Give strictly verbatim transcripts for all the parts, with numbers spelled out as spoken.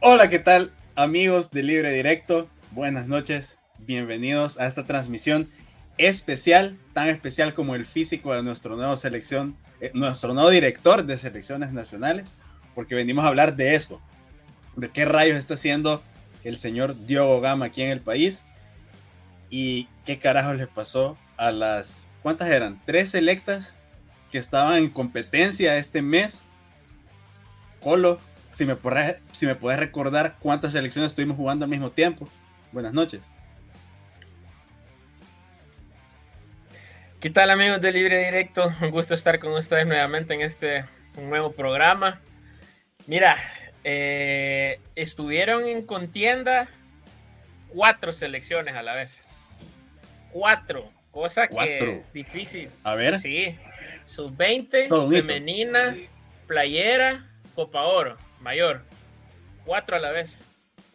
Hola, ¿qué tal, amigos de Libre Directo? Buenas noches, bienvenidos a esta transmisión especial, tan especial como el físico de nuestro nuevo selección, eh, nuestro nuevo director de selecciones nacionales, porque venimos a hablar de eso, de qué rayos está haciendo el señor Diogo Gama aquí en el país y qué carajos le pasó a las, ¿cuántas eran? Tres selectas que estaban en competencia este mes. Colo, si me, podrás, si me puedes recordar cuántas selecciones estuvimos jugando al mismo tiempo. Buenas noches. ¿Qué tal, amigos de Libre Directo? Un gusto estar con ustedes nuevamente en este un nuevo programa. Mira, eh, estuvieron en contienda cuatro selecciones a la vez. Cuatro, cosa que Cuatro. difícil. A ver, Sí, sub veinte, todo un hito. femenina, playera, Copa Oro, mayor. Cuatro a la vez.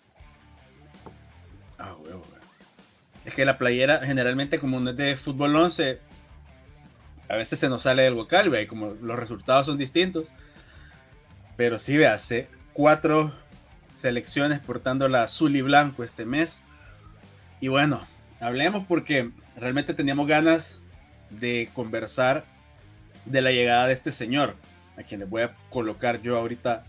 Ah, huevo, huevo. Es que la playera, generalmente, como no es de fútbol once, a veces se nos sale del vocal, ve, como los resultados son distintos. Pero sí, vea, hace cuatro selecciones portando la azul y blanco este mes. Y bueno, hablemos porque realmente teníamos ganas de conversar de la llegada de este señor, a quien le voy a colocar yo ahorita.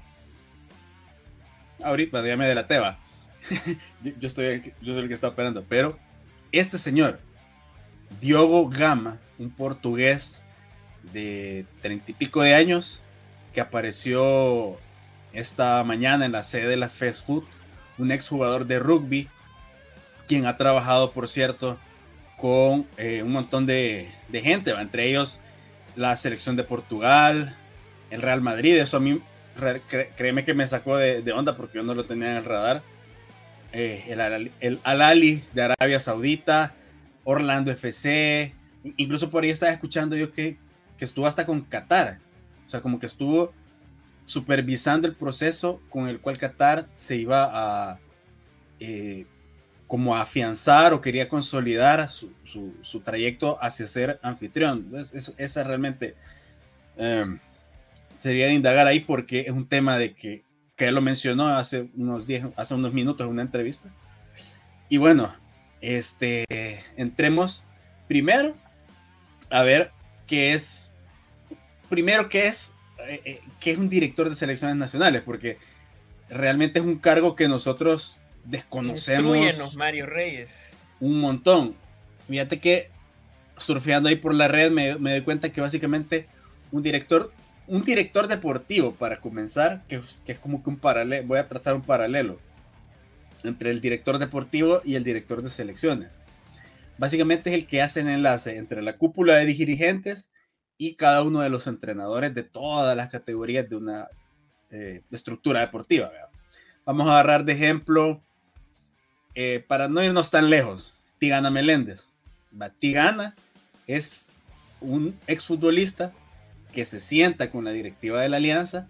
Ahorita, ya me delaté, va. yo, yo, estoy, yo soy el que está operando, pero este señor, Diogo Gama, un portugués de treinta y pico de años, que apareció esta mañana en la sede de la Fast Food, un exjugador de rugby, quien ha trabajado, por cierto, con eh, un montón de, de gente, ¿va? Entre ellos la selección de Portugal, el Real Madrid. Eso a mí, cre créeme que me sacó de, de, onda porque yo no lo tenía en el radar. Eh, el, el Al-Ali de Arabia Saudita, Orlando F C, incluso por ahí estaba escuchando yo que, que estuvo hasta con Qatar, o sea, como que estuvo supervisando el proceso con el cual Qatar se iba a eh, como a afianzar o quería consolidar su, su, su trayecto hacia ser anfitrión. Es, es, esa realmente eh, sería de indagar ahí porque es un tema de que, que él lo mencionó hace unos, diez, hace unos minutos en una entrevista. Y bueno, este, entremos primero a ver qué es, primero qué es, eh, qué es un director de selecciones nacionales, porque realmente es un cargo que nosotros Instruyenos, desconocemos Mario Reyes. un montón. Fíjate que surfeando ahí por la red me, me doy cuenta que básicamente un director, un director deportivo para comenzar, que, que es como que un paralelo, voy a trazar un paralelo entre el director deportivo y el director de selecciones. Básicamente es el que hace el enlace entre la cúpula de dirigentes y cada uno de los entrenadores de todas las categorías de una eh, estructura deportiva. ¿Verdad? Vamos a agarrar de ejemplo, eh, para no irnos tan lejos, Tigana Meléndez. Tigana es un exfutbolista que se sienta con la directiva de la alianza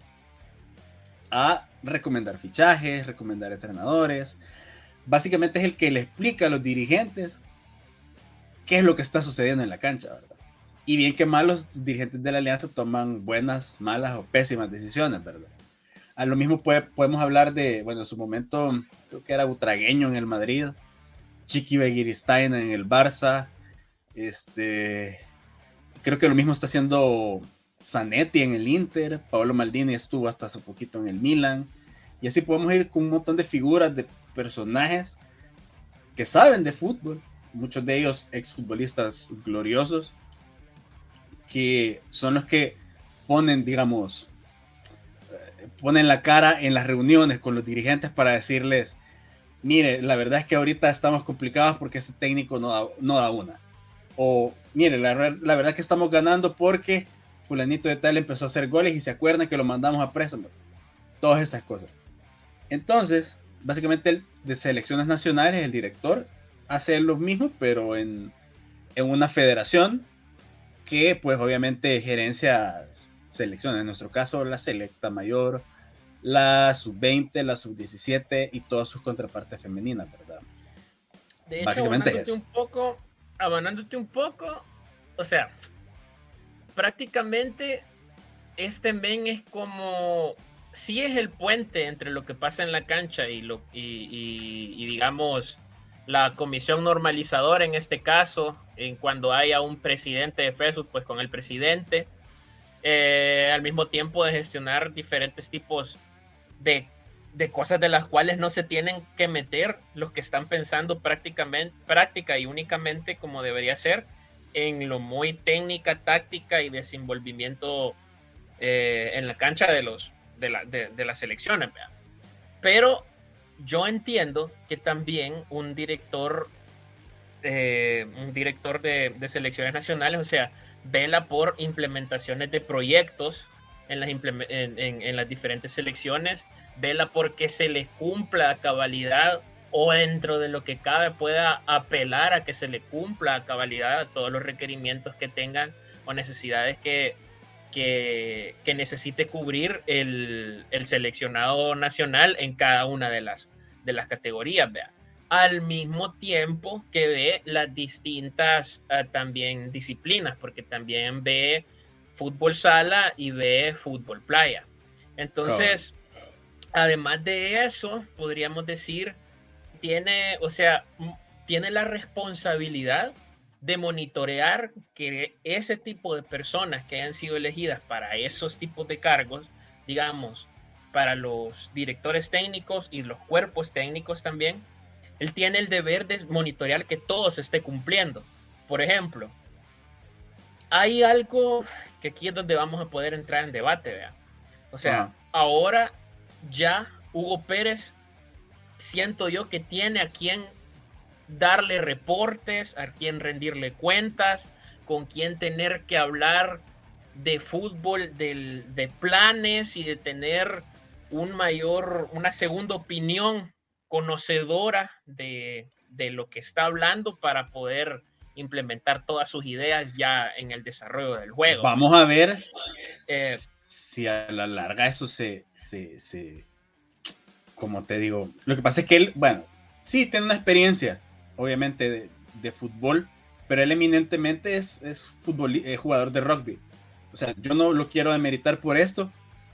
a recomendar fichajes, recomendar entrenadores. Básicamente es el que le explica a los dirigentes qué es lo que está sucediendo en la cancha, ¿verdad? Y bien que mal los dirigentes de la alianza toman buenas, malas o pésimas decisiones, ¿verdad? A lo mismo puede, podemos hablar de, bueno, en su momento creo que era Butragueño en el Madrid, Chiqui Begiristain en el Barça, este, creo que lo mismo está haciendo Zanetti en el Inter, Paolo Maldini estuvo hasta hace poquito en el Milan, y así podemos ir con un montón de figuras, de personajes que saben de fútbol, muchos de ellos exfutbolistas gloriosos, que son los que ponen, digamos, ponen la cara en las reuniones con los dirigentes para decirles, mire, la verdad es que ahorita estamos complicados porque este técnico no da, no da una. O, mire, la, la verdad es que estamos ganando porque fulanito de tal empezó a hacer goles y se acuerdan que lo mandamos a préstamo. Todas esas cosas. Entonces, básicamente el de selecciones nacionales, el director, hace lo mismo, pero en, en una federación que pues obviamente gerencia selecciones. En nuestro caso, la selecta mayor, la sub veinte, la sub diecisiete y todas sus contrapartes femeninas, ¿verdad? De hecho, Básicamente es abonándote eso. un poco, abonándote un poco, o sea, prácticamente este men es como sí es el puente entre lo que pasa en la cancha y, lo, y, y, y digamos, la comisión normalizadora en este caso, en cuando haya un presidente de Facebook, pues con el presidente, eh, al mismo tiempo de gestionar diferentes tipos de, de cosas de las cuales no se tienen que meter los que están pensando prácticamente, práctica y únicamente como debería ser, en lo muy técnica, táctica y desenvolvimiento eh, en la cancha de, los, de, la, de, de las selecciones. ¿Verdad? Pero yo entiendo que también un director, eh, un director de, de selecciones nacionales, o sea, vela por implementaciones de proyectos en las, en, en, en las diferentes selecciones, vela porque se le cumpla a cabalidad o dentro de lo que cabe pueda apelar a que se le cumpla a cabalidad a todos los requerimientos que tengan o necesidades que, que, que necesite cubrir el, el seleccionado nacional en cada una de las, de las categorías, ¿vea? Al mismo tiempo que ve las distintas uh, también disciplinas, porque también ve fútbol sala y ve fútbol playa. Entonces, oh. además de eso, podríamos decir, tiene, o sea, tiene la responsabilidad de monitorear que ese tipo de personas que hayan sido elegidas para esos tipos de cargos, digamos, para los directores técnicos y los cuerpos técnicos también, él tiene el deber de monitorear que todo se esté cumpliendo. Por ejemplo, hay algo que aquí es donde vamos a poder entrar en debate, ¿vea? O sea, uh-huh. ahora ya Hugo Pérez, siento yo que tiene a quien darle reportes, a quien rendirle cuentas, con quien tener que hablar de fútbol, de, de planes y de tener un mayor, una segunda opinión conocedora de, de lo que está hablando para poder implementar todas sus ideas ya en el desarrollo del juego. Vamos a ver eh, si a la larga eso se, se, se, como te digo, lo que pasa es que él, bueno, sí, tiene una experiencia, obviamente, de, de fútbol, pero él eminentemente es, es futbol, eh, jugador de rugby. O sea, yo no lo quiero demeritar por esto,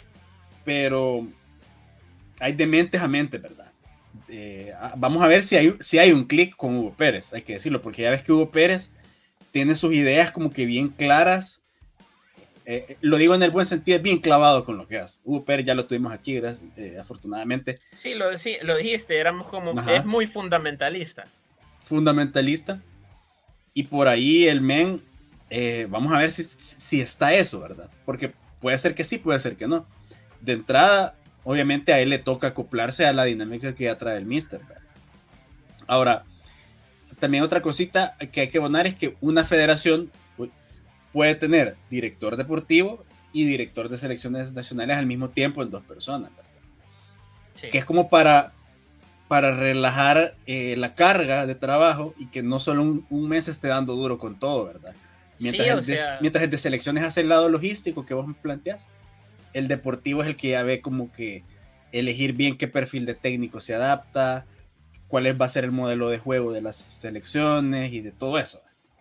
pero hay de mentes a mentes, ¿verdad? Eh, vamos a ver si hay, si hay un clic con Hugo Pérez, hay que decirlo, porque ya ves que Hugo Pérez tiene sus ideas como que bien claras, eh, lo digo en el buen sentido, es bien clavado con lo que hace. Hugo Pérez ya lo tuvimos aquí, gracias, eh, afortunadamente. Sí, lo, sí, lo dijiste, éramos como, Ajá. es muy fundamentalista. Fundamentalista, y por ahí el men, eh, vamos a ver si, si está eso, ¿verdad? Porque puede ser que sí, puede ser que no. De entrada, obviamente a él le toca acoplarse a la dinámica que ya trae el míster. Ahora, también otra cosita que hay que abonar es que una federación puede tener director deportivo y director de selecciones nacionales al mismo tiempo en dos personas, ¿verdad? Sí. Que es como para, para relajar eh, la carga de trabajo y que no solo un, un mes esté dando duro con todo, ¿verdad? Mientras, sí, o el, sea... de, mientras el de selecciones hace el lado logístico que vos me planteás, el deportivo es el que ya ve como que elegir bien qué perfil de técnico se adapta, cuál va a ser el modelo de juego de las selecciones y de todo eso.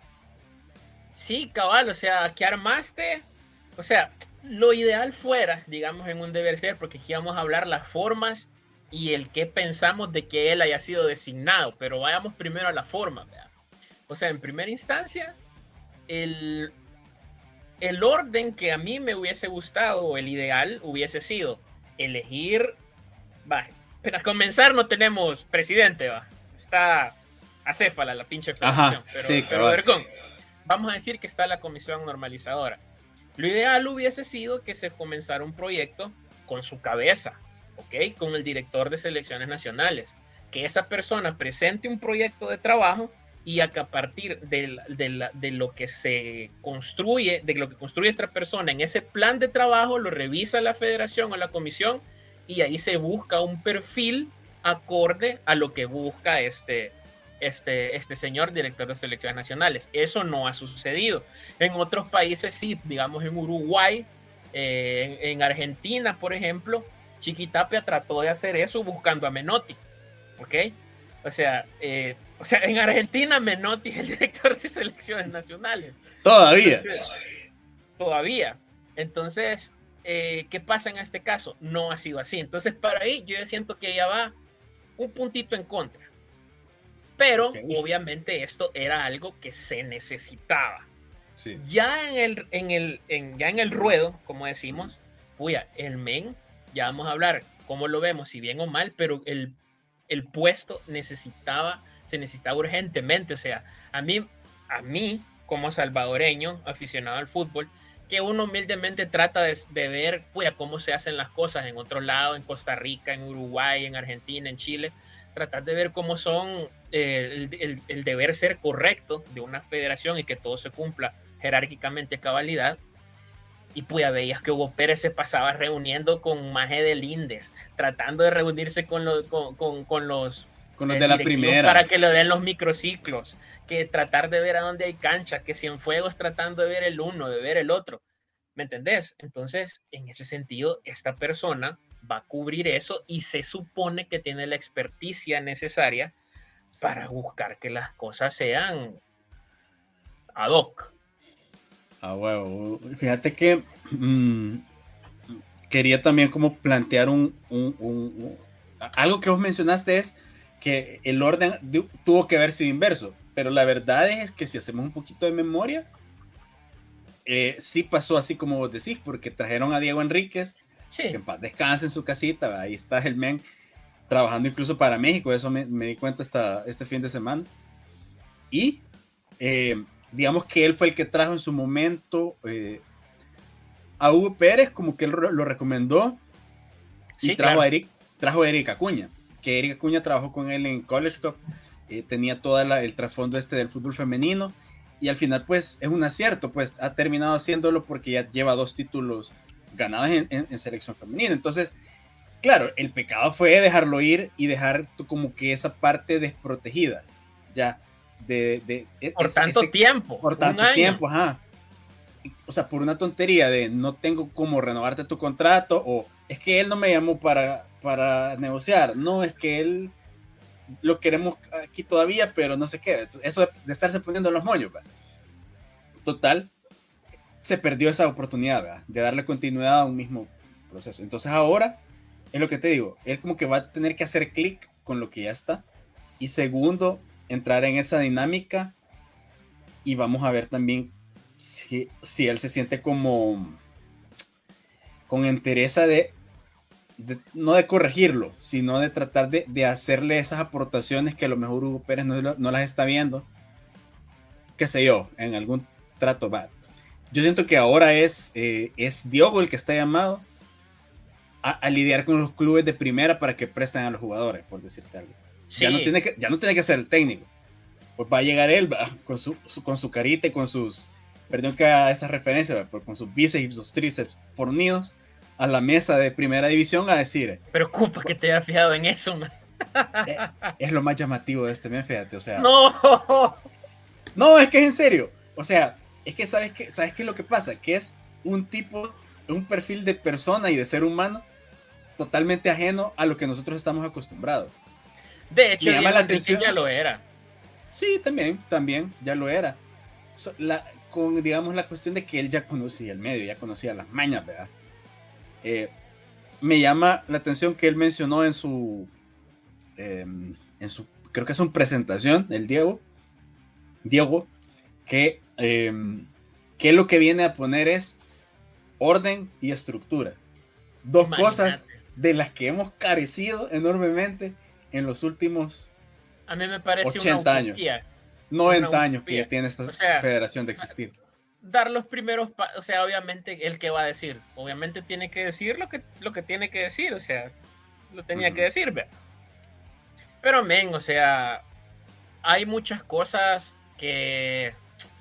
Sí, cabal, o sea, ¿qué armaste? O sea, lo ideal fuera, digamos, en un deber ser, porque aquí vamos a hablar las formas y el qué pensamos de que él haya sido designado, pero vayamos primero a la forma, ¿verdad? O sea, en primera instancia, el... el orden que a mí me hubiese gustado, o el ideal, hubiese sido elegir, va, para comenzar no tenemos presidente, va, está acéfala la pinche federación, Ajá, pero, sí, pero vergón, vamos a decir que está la comisión normalizadora. Lo ideal hubiese sido que se comenzara un proyecto con su cabeza, ¿ok? Con el director de selecciones nacionales, que esa persona presente un proyecto de trabajo y a que a partir de, de, la, de lo que se construye, de lo que construye esta persona en ese plan de trabajo, lo revisa la federación o la comisión y ahí se busca un perfil acorde a lo que busca este, este, este señor director de selecciones nacionales. Eso no ha sucedido. En otros países sí, digamos en Uruguay, eh, en, en Argentina, por ejemplo, Chiquitapia trató de hacer eso buscando a Menotti, ¿ok? O sea, eh, o sea, en Argentina Menotti es el director de selecciones nacionales. Todavía. Entonces, todavía. Entonces, eh, ¿qué pasa en este caso? No ha sido así. Entonces, para ahí yo siento que ya va un puntito en contra. Pero, okay, obviamente, esto era algo que se necesitaba. Sí. Ya en el, en el, en, ya en el ruedo, como decimos, puya, el men, ya vamos a hablar cómo lo vemos, si bien o mal, pero el, el puesto necesitaba, se necesitaba urgentemente. O sea, a mí, a mí, como salvadoreño, aficionado al fútbol, que uno humildemente trata de, de ver, puya, cómo se hacen las cosas en otro lado, en Costa Rica, en Uruguay, en Argentina, en Chile, tratar de ver cómo son eh, el, el, el deber ser correcto de una federación y que todo se cumpla jerárquicamente a cabalidad. Y pues veías que Hugo Pérez se pasaba reuniendo con Maje de Lindes, tratando de reunirse con los, con, con, con los, con los eh, de la primera, para que le den los microciclos, que tratar de ver a dónde hay cancha, que Cienfuegos tratando de ver el uno, de ver el otro. ¿Me entendés? Entonces, en ese sentido, esta persona va a cubrir eso y se supone que tiene la experticia necesaria para buscar que las cosas sean ad hoc. Ah, huevo. Fíjate que mmm, quería también como plantear un, un, un, un, algo que vos mencionaste es que el orden de, tuvo que haber sido inverso, pero la verdad es que si hacemos un poquito de memoria, eh, sí pasó así como vos decís, porque trajeron a Diego Enríquez, sí, que en paz descanse en su casita, ahí está el men trabajando incluso para México, eso me, me di cuenta hasta este fin de semana, y eh, digamos que él fue el que trajo en su momento eh, a Hugo Pérez, como que él lo recomendó, y sí, trajo, claro. a Eric, trajo a Eric Acuña, que Eric Acuña trabajó con él en College Cup, eh, tenía todo el trasfondo este del fútbol femenino, y al final pues es un acierto, pues ha terminado haciéndolo porque ya lleva dos títulos ganados en, en, en selección femenina. Entonces, claro, el pecado fue dejarlo ir y dejar como que esa parte desprotegida, ya, de... de, de por ese, tanto ese, tiempo. Por tanto tiempo, ajá. O sea, por una tontería de no tengo cómo renovarte tu contrato, o es que él no me llamó para, para negociar, no, es que él lo queremos aquí todavía, pero no sé qué, eso de, de estarse poniendo los moños, ¿verdad? Total, se perdió esa oportunidad, ¿verdad? De darle continuidad a un mismo proceso. Entonces ahora, es lo que te digo, él como que va a tener que hacer clic con lo que ya está, y segundo, entrar en esa dinámica, y vamos a ver también si, si él se siente como con entereza de, de no de corregirlo, sino de tratar de, de hacerle esas aportaciones que a lo mejor Hugo Pérez no, no las está viendo, qué sé yo, en algún trato va. Yo siento que ahora es, eh, es Diogo el que está llamado a, a lidiar con los clubes de primera para que presten a los jugadores, por decirte algo. Sí. Ya, no tiene que, ya no tiene que ser el técnico. Pues va a llegar él va, con, su, su, con su carita y con sus, perdón que haga esa referencia, va, con sus bíceps y sus tríceps fornidos a la mesa de primera división a decir... Preocupa que te haya fijado en eso, man. Es, es lo más llamativo de este mes, fíjate, o sea... ¡No! No, es que es en serio. O sea, es que ¿sabes qué? ¿Sabes qué es lo que pasa? Que es un tipo, un perfil de persona y de ser humano totalmente ajeno a lo que nosotros estamos acostumbrados. De hecho, llama la atención, ya lo era. Sí, también, también, ya lo era. So, la, con, digamos, la cuestión de que él ya conocía el medio, ya conocía las mañas, ¿verdad? Eh, me llama la atención que él mencionó en su, eh, en su, creo que es una presentación, el Diego, Diego, que, eh, que lo que viene a poner es orden y estructura. Dos Imagínate. Cosas de las que hemos carecido enormemente en los últimos a mí me parece ochenta una años, noventa una años que ya tiene esta o sea, federación de existir. Dar los primeros, o sea, obviamente el que va a decir, obviamente tiene que decir lo que, lo que tiene que decir, o sea, lo tenía uh-huh. que decir, ¿ve? Pero men, o sea, hay muchas cosas que,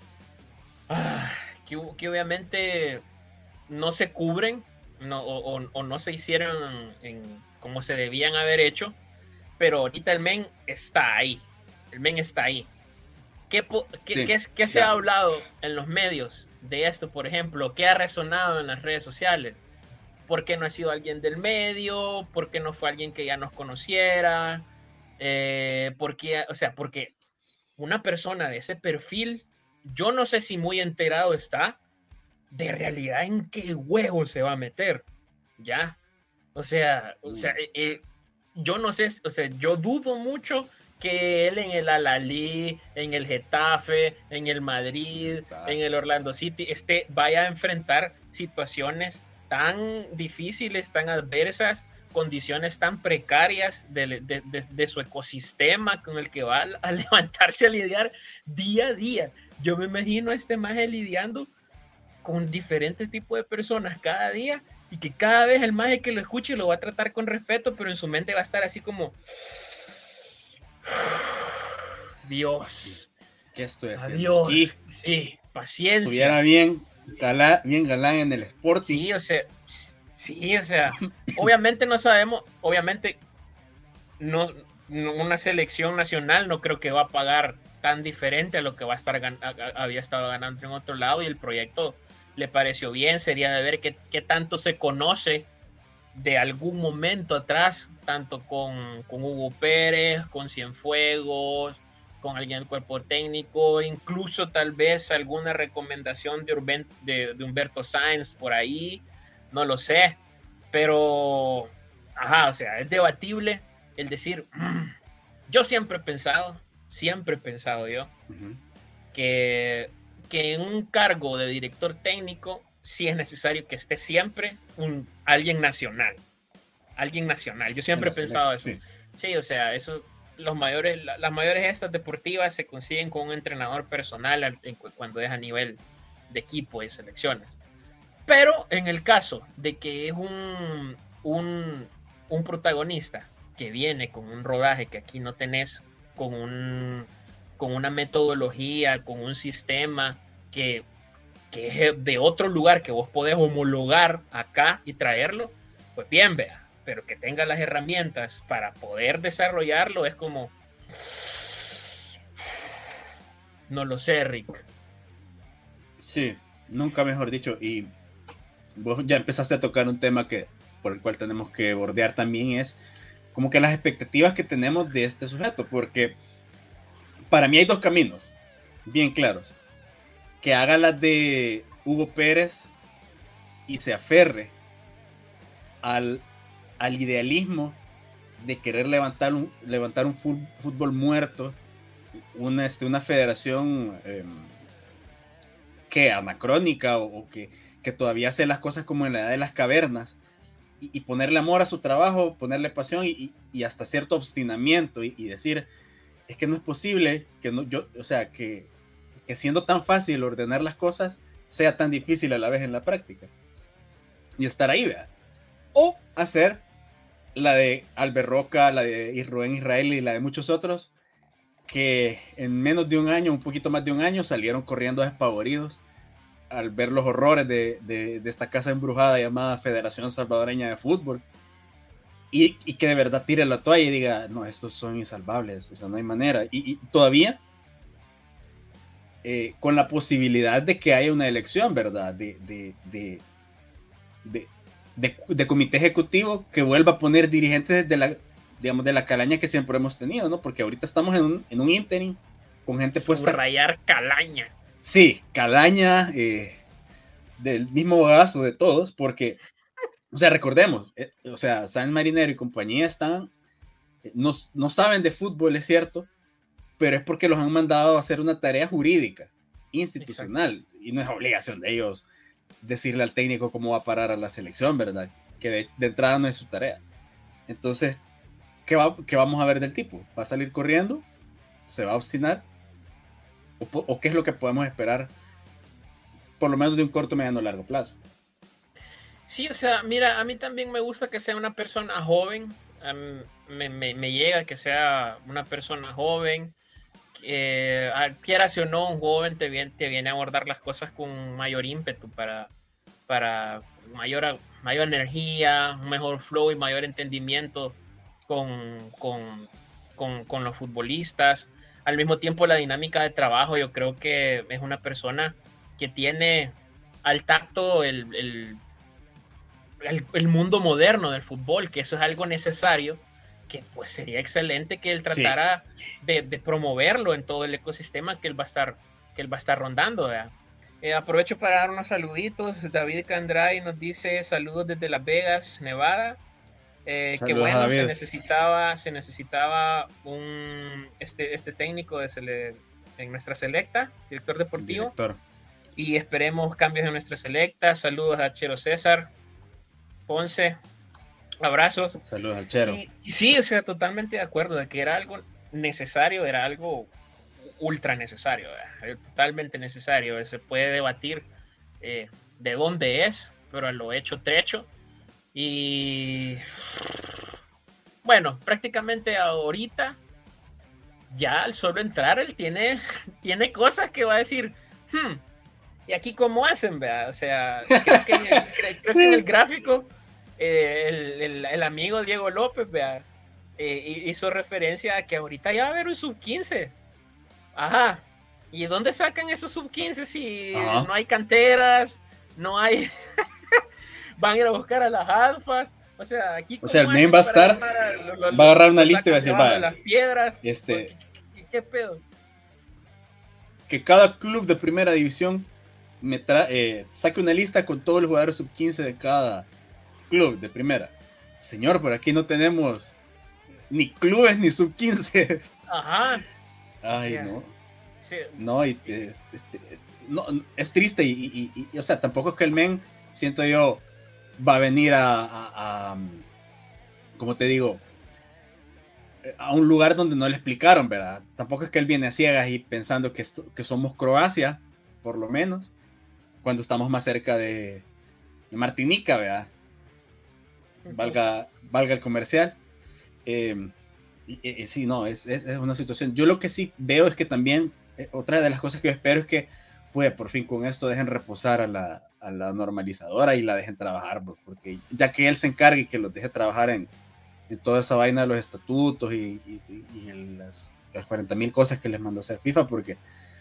ah, que, que obviamente no se cubren no, o, o, o no se hicieron en, como se debían haber hecho, pero ahorita el men está ahí, el men está ahí. ¿Qué, qué, sí, ¿qué, qué se ha hablado en los medios de esto, por ejemplo? ¿Qué ha resonado en las redes sociales? ¿Por qué no ha sido alguien del medio? ¿Por qué no fue alguien que ya nos conociera? Eh, ¿por qué? O sea, porque una persona de ese perfil, yo no sé si muy enterado está de realidad en qué huevo se va a meter, ¿ya? O sea, o sea eh, eh, yo no sé, o sea, yo dudo mucho que él en el Al-Ahly, en el Getafe, en el Madrid, en el Orlando City, este, vaya a enfrentar situaciones tan difíciles, tan adversas, condiciones tan precarias de, de, de, de su ecosistema con el que va a, a levantarse a lidiar día a día. Yo me imagino a este maje lidiando con diferentes tipos de personas cada día y que cada vez el maje que lo escuche lo va a tratar con respeto, pero en su mente va a estar así como Dios, ¿qué estoy haciendo adiós, aquí? Sí, paciencia. Estuviera bien, galán, bien galán en el Sporting. Sí, o sea, sí, o sea, obviamente no sabemos, obviamente no, no, una selección nacional no creo que va a pagar tan diferente a lo que va a estar a, a, había estado ganando en otro lado, y el proyecto le pareció bien. Sería de ver qué, qué tanto se conoce de algún momento atrás, tanto con, con Hugo Pérez, con Cienfuegos, con alguien del cuerpo técnico, incluso tal vez alguna recomendación de, Urben, de, de Humberto Sáenz por ahí, no lo sé, pero, ajá, o sea, es debatible el decir, mmm, yo siempre he pensado, siempre he pensado yo, uh-huh. que, que en un cargo de director técnico sí es necesario que esté siempre un, alguien nacional, alguien nacional. Yo siempre he pensado eso. Sí. sí, o sea, eso, los mayores, las mayores gestas deportivas se consiguen con un entrenador personal en, cuando es a nivel de equipo y selecciones. Pero en el caso de que es un, un, un protagonista que viene con un rodaje que aquí no tenés, con, un, con una metodología, con un sistema que, que es de otro lugar que vos podés homologar acá y traerlo, pues bien, vea, pero que tenga las herramientas para poder desarrollarlo es como, no lo sé, Rick. Sí, nunca mejor dicho. Y vos ya empezaste a tocar un tema que por el cual tenemos que bordear también, es como que las expectativas que tenemos de este sujeto, porque para mí hay dos caminos bien claros: que haga las de Hugo Pérez y se aferre al, al idealismo de querer levantar un, levantar un fútbol muerto, una, este, una federación eh, que anacrónica, o, o que, que todavía hace las cosas como en la edad de las cavernas, y, y ponerle amor a su trabajo, ponerle pasión y, y hasta cierto obstinamiento, y, y decir, es que no es posible que no, yo, o sea, que, que siendo tan fácil ordenar las cosas, sea tan difícil a la vez en la práctica. Y estar ahí, ¿verdad? O hacer la de Albert Roca, la de Rubén Israel y la de muchos otros, que en menos de un año, un poquito más de un año, salieron corriendo despavoridos al ver los horrores de, de, de esta casa embrujada llamada Federación Salvadoreña de Fútbol, y, y que de verdad tire la toalla y diga, no, estos son insalvables, o sea, no hay manera. Y, y todavía eh, con la posibilidad de que haya una elección, ¿verdad? De, de, de, de, de, de comité ejecutivo que vuelva a poner dirigentes de la, digamos, de la calaña que siempre hemos tenido, ¿no? Porque ahorita estamos en un, en un interim con gente puesta... Subrayar calaña. Sí, calaña, eh, del mismo bagazo de todos, porque, o sea, recordemos, eh, o sea, San Marinero y compañía están, eh, no, no saben de fútbol, es cierto, pero es porque los han mandado a hacer una tarea jurídica, institucional. Exacto. Y no es obligación de ellos decirle al técnico cómo va a parar a la selección, ¿verdad? Que de, de entrada no es su tarea. Entonces, ¿qué, va, ¿qué vamos a ver del tipo? ¿Va a salir corriendo? ¿Se va a obstinar? ¿O, o qué es lo que podemos esperar, por lo menos de un corto, mediano, largo plazo? Sí, o sea, mira, a mí también me gusta que sea una persona joven. Um, me, me, me llega que sea una persona joven. Eh, quieras o no, un joven te viene, te viene a abordar las cosas con mayor ímpetu, para, para mayor, mayor energía, un mejor flow y mayor entendimiento con, con, con, con los futbolistas. Al mismo tiempo, la dinámica de trabajo, yo creo que es una persona que tiene al tacto el, el, el, el mundo moderno del fútbol, que eso es algo necesario, que pues sería excelente que él tratara sí. de, de promoverlo en todo el ecosistema que él va a estar, que él va a estar rondando, ¿verdad? Eh, aprovecho para dar unos saluditos. David Candray nos dice saludos desde Las Vegas, Nevada. Eh, que bueno, se necesitaba, se necesitaba un este, este técnico de sele, en nuestra selecta, director deportivo. Director. Y esperemos cambios en nuestra selecta. Saludos a Chero César, Ponce, abrazos. Saludos al Chero. Y, y sí, o sea, totalmente de acuerdo de que era algo necesario, era algo ultra necesario, ¿verdad? Totalmente necesario. Se puede debatir eh, de dónde es, pero a lo hecho trecho. Y bueno, prácticamente ahorita ya al solo entrar él tiene, tiene cosas que va a decir, hmm, y aquí cómo hacen, ¿verdad? O sea, creo que en el, creo que en el gráfico eh, el, el, el amigo Diego López, ¿verdad? Eh, hizo referencia a que ahorita ya va a haber un sub quince. Ajá. ¿Y dónde sacan esos sub quince si Ajá. no hay canteras, no hay... van a ir a buscar a las alfas? O sea, aquí... O sea, el men va a estar... A, lo, lo, va a agarrar una lista y va a decir, vaya... las piedras. Este... ¿Qué, qué pedo? Que cada club de primera división me tra eh, saque una lista con todos los jugadores sub quince de cada club de primera. Señor, por aquí no tenemos ni clubes ni sub quince. Ajá. Ay, o sea, no. Sí. No, y es, es, es, no, es triste y, y, y, o sea, tampoco es que el men, siento yo, va a venir a, a, a como te digo, a un lugar donde no le explicaron, ¿verdad? Tampoco es que él viene a ciegas y pensando que, esto, que somos Croacia, por lo menos, cuando estamos más cerca de, de Martinica, ¿verdad? Valga, valga el comercial. Eh, y, y, sí, no, es, es, es una situación. Yo lo que sí veo es que también, eh, otra de las cosas que yo espero es que, pues, por fin con esto dejen reposar a la, a la normalizadora y la dejen trabajar, porque ya que él se encargue y que los deje trabajar en, en toda esa vaina de los estatutos y, y, y en las, las cuarenta mil cosas que les mandó hacer FIFA, porque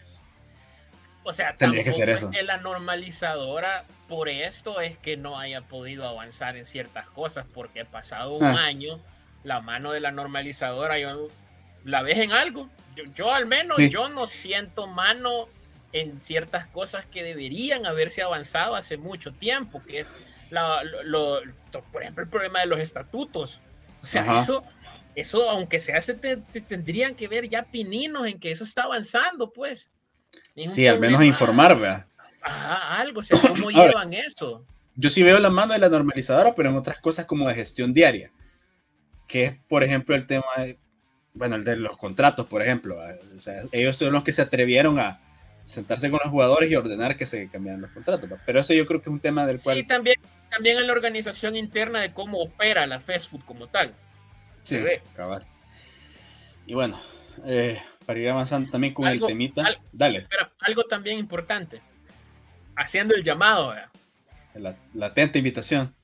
o sea, tendría que ser eso. La normalizadora por esto es que no haya podido avanzar en ciertas cosas, porque pasado un ah. año la mano de la normalizadora yo la ves en algo. Yo, yo al menos sí. yo no siento mano en ciertas cosas que deberían haberse avanzado hace mucho tiempo, que es la, lo, lo, por ejemplo el problema de los estatutos. O sea, Ajá. eso eso aunque se hace te, te tendrían que ver ya pininos en que eso está avanzando, pues. Sí, al menos informar, ¿verdad? Ajá, algo, o sea, ¿cómo llevan ver, eso? Yo sí veo la mano de la normalizadora, pero en otras cosas como de gestión diaria, que es, por ejemplo, el tema de, bueno, el de los contratos, por ejemplo. O sea, ellos son los que se atrevieron a sentarse con los jugadores y ordenar que se cambiaran los contratos, ¿verdad? Pero eso yo creo que es un tema del cual... Sí, también, también en la organización interna de cómo opera la fast food como tal. Sí, se ve. Cabal. Y bueno, eh, para ir avanzando también con algo, el temita, al, dale. Pero algo también importante, haciendo el llamado, ¿verdad? La, la atenta invitación.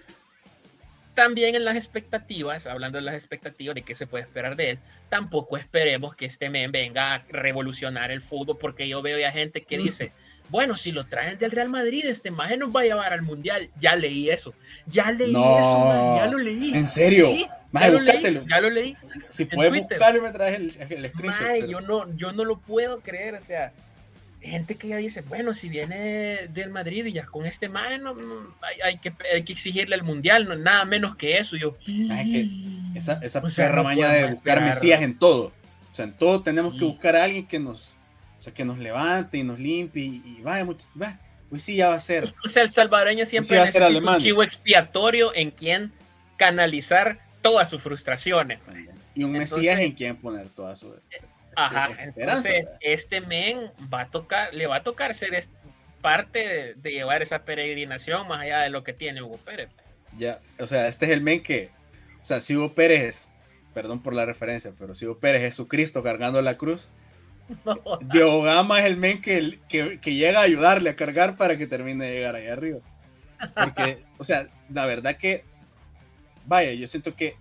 También en las expectativas, hablando de las expectativas de qué se puede esperar de él, tampoco esperemos que este men venga a revolucionar el fútbol, porque yo veo ya gente que dice, bueno, si lo traen del Real Madrid, este maje nos va a llevar al Mundial. Ya leí eso, ya leí no, eso, man, ya lo leí. ¿En serio? Sí, ya, lo leí, ya lo leí. Si puedes buscarlo, me traes el, el screenshot. Maje, pero... yo, no, yo no lo puedo creer, o sea, gente que ya dice, bueno, si viene del Madrid y ya con este man no, no, hay, hay, que, hay que exigirle al Mundial, no, nada menos que eso. Yo, es que esa, esa o sea, perra no maña de buscar esperar. Mesías en todo. O sea, en todo tenemos sí. que buscar a alguien que nos, o sea, que nos levante y nos limpie y, y vaya, muchachos, va, pues sí, ya va a ser. O sea, el salvadoreño siempre sí necesita un chivo expiatorio en quien canalizar todas sus frustraciones. Y un Entonces, Mesías en quien poner toda su... Ajá, entonces ¿verdad? Este men va a tocar, le va a tocar ser parte de, de llevar esa peregrinación más allá de lo que tiene Hugo Pérez. Ya, o sea, este es el men que, o sea, si Hugo Pérez, perdón por la referencia, pero si Hugo Pérez es Jesucristo cargando la cruz, no, Diego Gama es el men que, que, que llega a ayudarle a cargar para que termine de llegar allá arriba. Porque, o sea, la verdad que, vaya, yo siento que,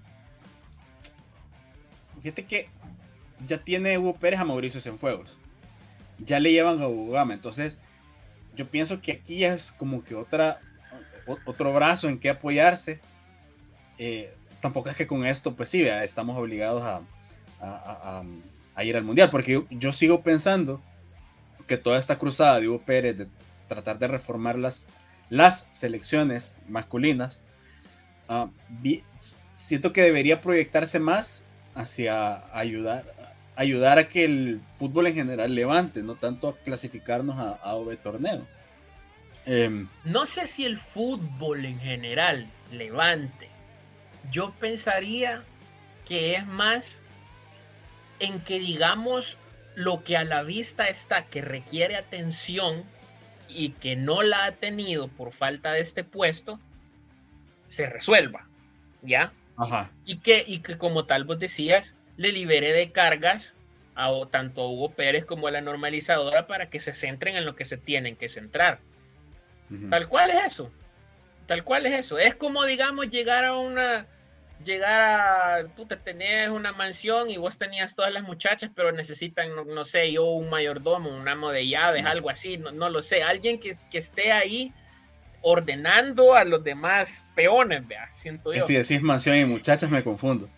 fíjate que ya tiene Hugo Pérez a Mauricio Cienfuegos, ya le llevan a Hugo Gama, entonces yo pienso que aquí es como que otra otro brazo en que apoyarse. Eh, tampoco es que con esto pues sí, ¿verdad? Estamos obligados a, a, a, a ir al Mundial, porque yo, yo sigo pensando que toda esta cruzada de Hugo Pérez de tratar de reformar las, las selecciones masculinas, uh, vi, siento que debería proyectarse más hacia ayudar, ayudar a que el fútbol en general levante, no tanto a clasificarnos a, a O V torneo. Eh, no sé si el fútbol en general levante. Yo pensaría que es más en que, digamos, lo que a la vista está que requiere atención y que no la ha tenido por falta de este puesto, se resuelva, ¿ya? Ajá. Y que, y que como tal vos decías, le libere de cargas a tanto a Hugo Pérez como a la normalizadora para que se centren en lo que se tienen que centrar. Uh-huh. Tal cual es eso. Tal cual es eso. Es como, digamos, llegar a una... Llegar a... Puta, tenés una mansión y vos tenías todas las muchachas, pero necesitan, no, no sé, yo un mayordomo, un amo de llaves, uh-huh. algo así, no, no lo sé. Alguien que, que esté ahí ordenando a los demás peones, vea, siento yo. Si decís mansión y muchachas me confundo.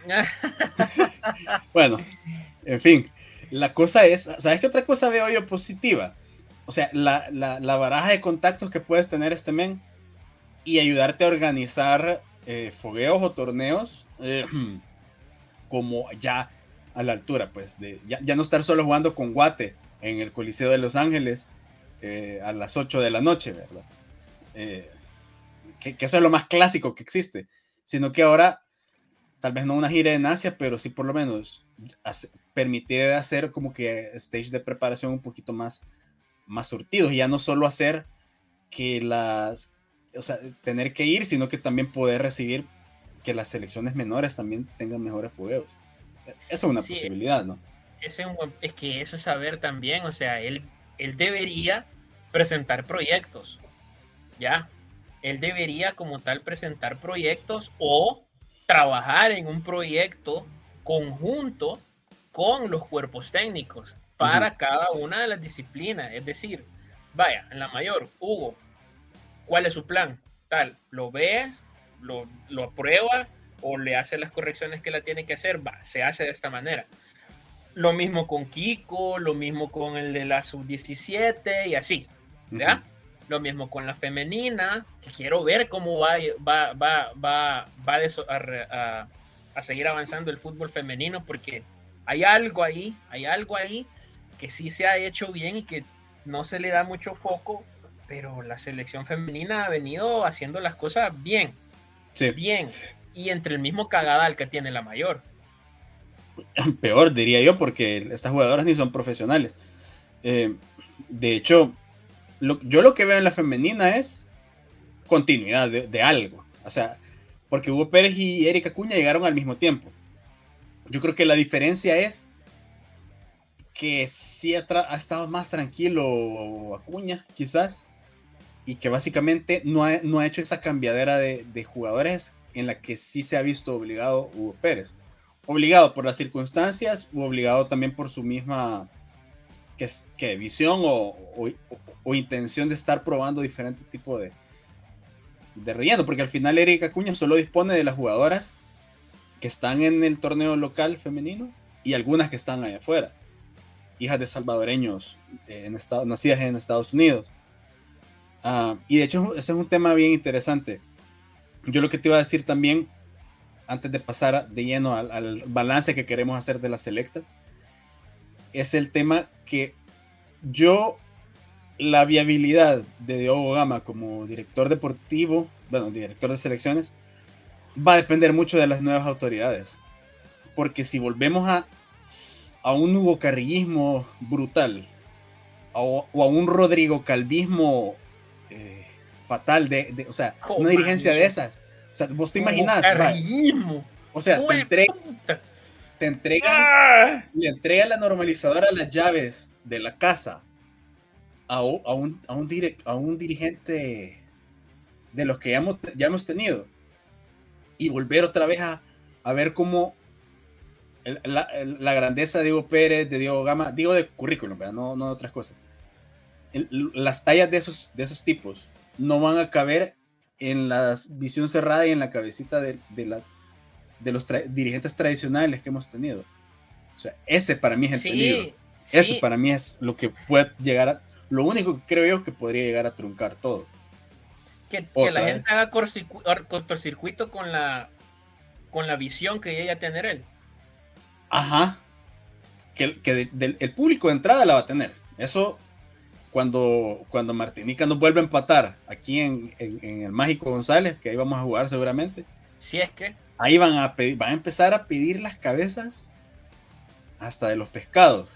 Bueno, en fin, la cosa es, ¿sabes qué otra cosa veo yo positiva? O sea, la, la, la baraja de contactos que puedes tener este men y ayudarte a organizar eh, fogueos o torneos eh, como ya a la altura, pues, de ya, ya no estar solo jugando con Guate en el Coliseo de Los Ángeles eh, a las ocho de la noche, ¿verdad? Eh, que, que eso es lo más clásico que existe, sino que ahora tal vez no una gira en Asia, pero sí por lo menos hace, permitir hacer como que stage de preparación un poquito más, más surtidos, y ya no solo hacer que las, o sea, tener que ir, sino que también poder recibir que las selecciones menores también tengan mejores fogueos. Esa es una sí, posibilidad, ¿no? Es, un, es que eso es saber también, o sea, él, él debería presentar proyectos, ¿ya? Él debería como tal presentar proyectos o trabajar en un proyecto conjunto con los cuerpos técnicos para uh-huh. cada una de las disciplinas. Es decir, vaya, en la mayor, Hugo, ¿cuál es su plan? Tal, lo ves, lo, lo aprueba o le hace las correcciones que la tiene que hacer, va, se hace de esta manera. Lo mismo con Kiko, lo mismo con el de la sub diecisiete y así, ¿ya? Uh-huh. Lo mismo con la femenina, que quiero ver cómo va, va, va, va, va a, a, a seguir avanzando el fútbol femenino, porque hay algo ahí, hay algo ahí que sí se ha hecho bien y que no se le da mucho foco, pero la selección femenina ha venido haciendo las cosas bien, sí. bien, y entre el mismo cagadal que tiene la mayor. Peor, diría yo, porque estas jugadoras ni son profesionales. Eh, de hecho, Lo, yo lo que veo en la femenina es continuidad de, de algo. O sea, porque Hugo Pérez y Erika Acuña llegaron al mismo tiempo. Yo creo que la diferencia es que sí ha, ha estado más tranquilo Acuña, quizás, y que básicamente no ha, no ha hecho esa cambiadera de, de jugadores en la que sí se ha visto obligado Hugo Pérez. Obligado por las circunstancias o obligado también por su misma que, que visión o, o, o intención de estar probando diferentes tipos de, de relleno, porque al final Erika Acuña solo dispone de las jugadoras que están en el torneo local femenino y algunas que están allá afuera, hijas de salvadoreños eh, en estado, nacidas en Estados Unidos. Uh, y de hecho ese es un tema bien interesante. Yo lo que te iba a decir también, antes de pasar de lleno al, al balance que queremos hacer de las selectas, es el tema que yo, la viabilidad de Diogo Gama como director deportivo, bueno, director de selecciones, va a depender mucho de las nuevas autoridades. Porque si volvemos a, a un Hugo Carrillismo brutal, o, o a un Rodrigo Calvismo eh, fatal, de, de, o sea, oh, una dirigencia man, de esas, o sea, vos te imaginás, Carrillismo. O sea, te entregan, te entregan, ah. le entrega la normalizadora las llaves de la casa a, a, un, a, un, direct, a un dirigente de los que ya hemos, ya hemos tenido, y volver otra vez a, a ver cómo el, la, el, la grandeza de Diego Pérez, de Diego Gama, digo de currículum, ¿verdad? No, no de otras cosas. El, las tallas de esos, de esos tipos no van a caber en la visión cerrada y en la cabecita de, de, la, de los tra dirigentes tradicionales que hemos tenido. O sea, ese para mí es el sí, peligro. Sí. Eso para mí es lo que puede llegar a, lo único que creo yo que podría llegar a truncar todo. Que, que la gente haga cortocircuito con la, con la visión que llegue a tener él. Ajá. Que, que de, de, el público de entrada la va a tener. Eso, cuando, cuando Martinica nos vuelve a empatar aquí en, en, en el Mágico González, que ahí vamos a jugar seguramente. Si es que. Ahí van a, pedir, van a empezar a pedir las cabezas hasta de los pescados.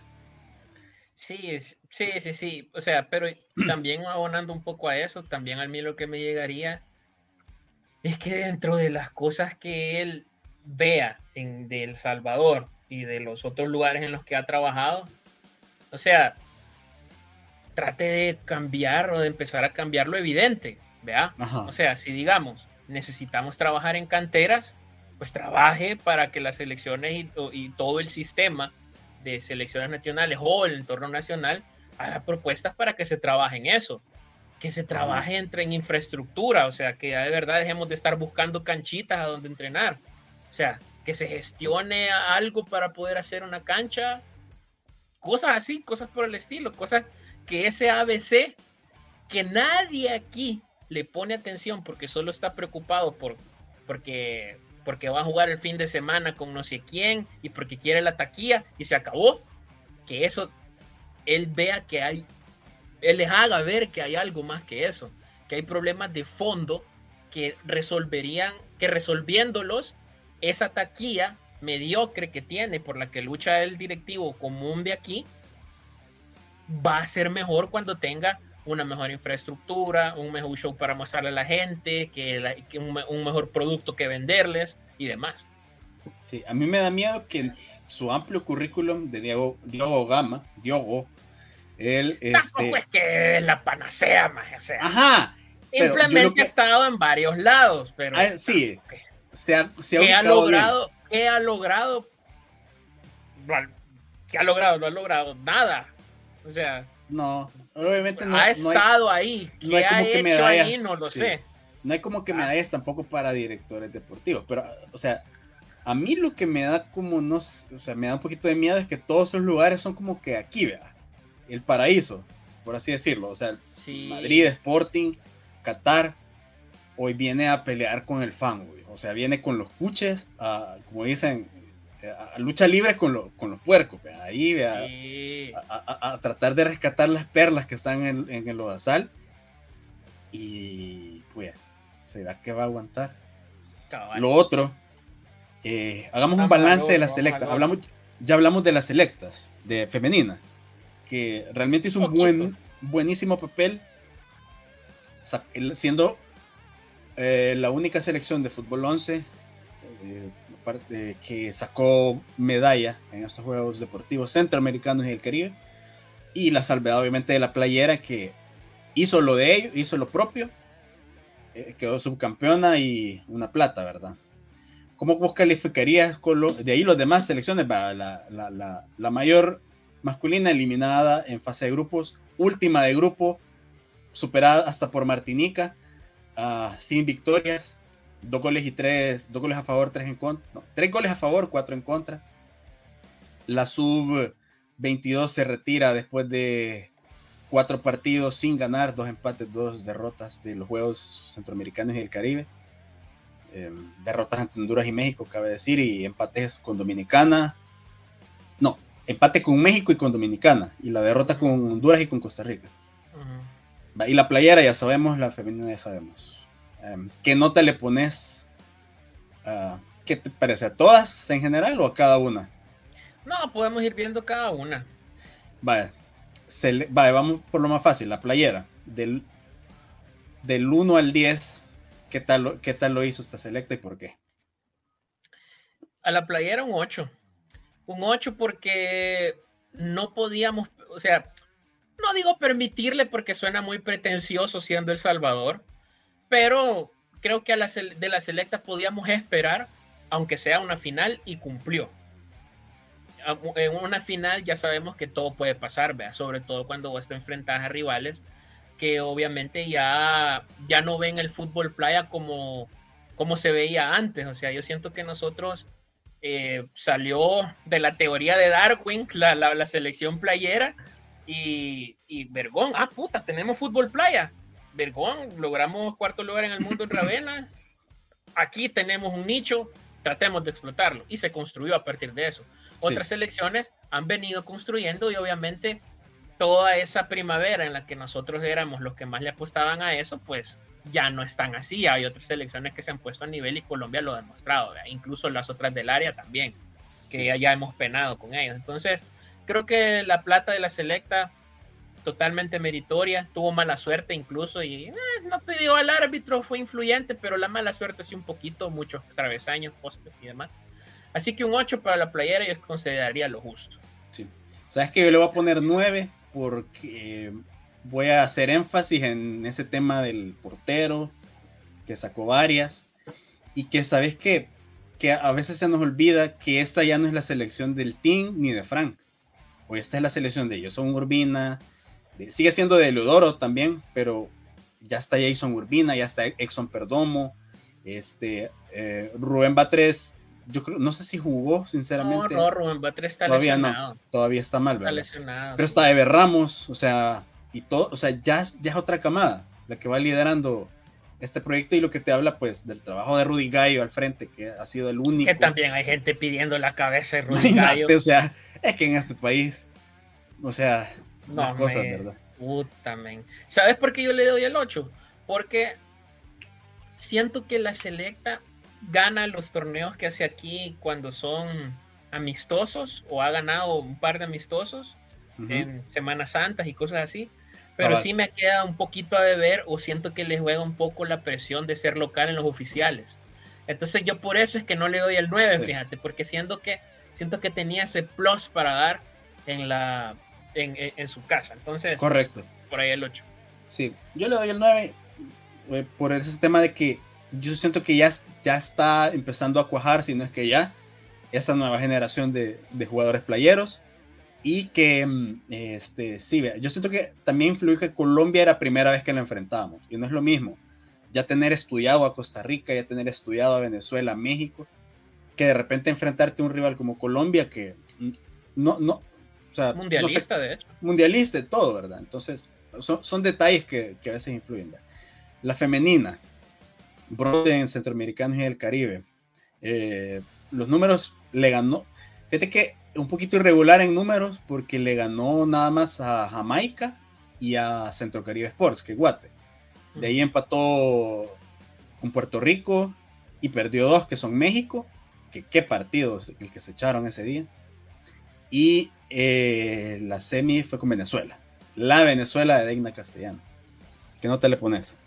Sí, sí, sí, sí. O sea, pero también abonando un poco a eso, también a mí lo que me llegaría es que dentro de las cosas que él vea en de El Salvador y de los otros lugares en los que ha trabajado, o sea, trate de cambiar o de empezar a cambiar lo evidente, ¿vea? Ajá. O sea, si digamos, necesitamos trabajar en canteras, pues trabaje para que las selecciones y, y todo el sistema de selecciones nacionales o el entorno nacional haga propuestas para que se trabaje en eso, que se trabaje entre en infraestructura, o sea, que ya de verdad dejemos de estar buscando canchitas a donde entrenar, o sea, que se gestione algo para poder hacer una cancha, cosas así, cosas por el estilo, cosas que ese A B C, que nadie aquí le pone atención porque solo está preocupado por, porque, porque va a jugar el fin de semana con no sé quién y porque quiere la taquilla y se acabó, que eso, él vea que hay, él les haga ver que hay algo más que eso, que hay problemas de fondo que resolverían, que resolviéndolos, esa taquilla mediocre que tiene, por la que lucha el directivo común de aquí, va a ser mejor cuando tenga una mejor infraestructura, un mejor show para mostrarle a la gente, que, la, que un, un mejor producto que venderles y demás. Sí, a mí me da miedo que su amplio currículum de Diego, Diego Gama, Diogo, él... Tampoco este... es que es la panacea, más, o sea, ajá, simplemente que... ha estado en varios lados, pero... Ah, sí, okay. se ha, se ha, ¿Qué ha logrado? Bien. ¿Qué ha logrado? ¿Qué ha logrado? No ha logrado nada. O sea, no, obviamente no ha estado no hay, ahí. ¿Qué no hay como ha que hecho medallas, ahí? No lo sí. sé. No hay como que medallas ah. tampoco para directores deportivos, pero, o sea, a mí lo que me da como, no, o sea, me da un poquito de miedo es que todos esos lugares son como que aquí, vea, el paraíso, por así decirlo, o sea, sí. Madrid, Sporting, Qatar, hoy viene a pelear con el fan, güey. O sea, viene con los cuches, a, como dicen, a, a lucha libre con, lo, con los puercos, vea, ahí, vea, sí. a, a, a tratar de rescatar las perlas que están en, en el lodazal, y pues, ¿será que va a aguantar? Cabal. Lo otro, eh, hagamos vamos un balance de las selectas. Hablamos, ya hablamos de las selectas, de femenina, que realmente hizo un buen, buenísimo papel, siendo eh, la única selección de fútbol once eh, eh, que sacó medalla en estos Juegos Deportivos Centroamericanos y del Caribe, y la salvedad obviamente de la playera, que hizo lo de ellos, hizo lo propio, eh, quedó subcampeona y una plata, ¿verdad? ¿Cómo vos calificarías con lo, de ahí los demás selecciones? Va, la, la, la, la mayor masculina eliminada en fase de grupos, última de grupo, superada hasta por Martinica, uh, sin victorias, dos goles y tres, dos goles a favor, tres en contra, no, tres goles a favor, cuatro en contra. La sub veintidós se retira después de cuatro partidos sin ganar, dos empates, dos derrotas de los Juegos Centroamericanos y del Caribe. Eh, derrotas ante Honduras y México, cabe decir, y empates con Dominicana. No, empate con México y con Dominicana, y la derrota con Honduras y con Costa Rica. Uh-huh. Y la playera, ya sabemos, la femenina ya sabemos. Um, ¿Qué nota le pones? Uh, ¿Qué te parece? ¿A todas en general o a cada una? No, podemos ir viendo cada una. Vale. Se le, vale, vamos por lo más fácil, la playera. Del, del uno al diez, ¿qué tal, ¿qué tal lo hizo esta selecta y por qué? A la playera un ocho. Un ocho porque no podíamos, o sea, no digo permitirle porque suena muy pretencioso siendo El Salvador, pero creo que a la, de la selecta podíamos esperar, aunque sea una final, y cumplió. En una final ya sabemos que todo puede pasar, ¿verdad? Sobre todo cuando vos te enfrentas a rivales que obviamente ya, ya no ven el fútbol playa como, como se veía antes. O sea, yo siento que nosotros eh, salió de la teoría de Darwin, la, la, la selección playera, Y, y Vergón, ah, puta, tenemos fútbol playa. Vergón, logramos cuarto lugar en el mundo en Ravenna. Aquí tenemos un nicho, tratemos de explotarlo. Y se construyó a partir de eso. Otras sí. selecciones han venido construyendo y obviamente toda esa primavera en la que nosotros éramos los que más le apostaban a eso, pues ya no están así. Hay otras selecciones que se han puesto a nivel y Colombia lo ha demostrado, ¿verdad? Incluso las otras del área también, que sí. ya, ya hemos penado con ellos. Entonces, creo que la plata de la selecta totalmente meritoria, tuvo mala suerte incluso y eh, no te digo, el árbitro fue influyente, pero la mala suerte sí un poquito, muchos travesaños, postes y demás. Así que un ocho para la playera yo consideraría lo justo. Sí. ¿Sabes que yo le voy a poner nueve? Porque voy a hacer énfasis en ese tema del portero, que sacó varias, y que sabes que, que a veces se nos olvida que esta ya no es la selección del Team ni de Frank, o esta es la selección de Jason Urbina, de, sigue siendo de Leodoro también, pero ya está Jason Urbina, ya está Exxon Perdomo, este, eh, Rubén Batres. Yo creo, no sé si jugó, sinceramente. No, no, Rubén Batres está todavía lesionado. No, todavía está mal, ¿verdad? Está lesionado. Pero sí. está Ever Ramos, o sea, y todo, o sea, ya, ya es otra camada la que va liderando este proyecto y lo que te habla, pues, del trabajo de Rudy Gallo al frente, que ha sido el único. Que también hay gente pidiendo la cabeza de Rudy Gallo. O sea, es que en este país, o sea, no, las cosas, me... ¿verdad? Puta, men. ¿Sabes por qué yo le doy el ocho? Porque siento que la selecta gana los torneos que hace aquí cuando son amistosos o ha ganado un par de amistosos uh-huh. en Semanas Santas y cosas así, pero ah, sí me queda un poquito a deber o siento que le juega un poco la presión de ser local en los oficiales. Entonces yo por eso es que no le doy el nueve, sí. fíjate, porque siento que, siento que tenía ese plus para dar en, la, en, en, en su casa. Entonces, correcto. Por ahí el ocho. Sí, yo le doy el nueve eh, por ese tema de que yo siento que ya, ya está empezando a cuajar, si no es que ya, esta nueva generación de, de jugadores playeros. Y que, este, sí, yo siento que también influyó que Colombia era la primera vez que la enfrentábamos. Y no es lo mismo ya tener estudiado a Costa Rica, ya tener estudiado a Venezuela, a México, que de repente enfrentarte a un rival como Colombia que no, no, o sea, mundialista, no sé, de hecho. Mundialista y todo, ¿verdad? Entonces, son, son detalles que, que a veces influyen. ¿verdad? La femenina. Bronce en Centroamericanos y el Caribe. Eh, los números le ganó. Fíjate que un poquito irregular en números porque le ganó nada más a Jamaica y a Centro Caribe Sports, que Guate. De ahí empató con Puerto Rico y perdió dos, que son México. Que qué partidos el que se echaron ese día. Y eh, la semi fue con Venezuela. La Venezuela de Deina Castellano. ¿Qué nota le pones?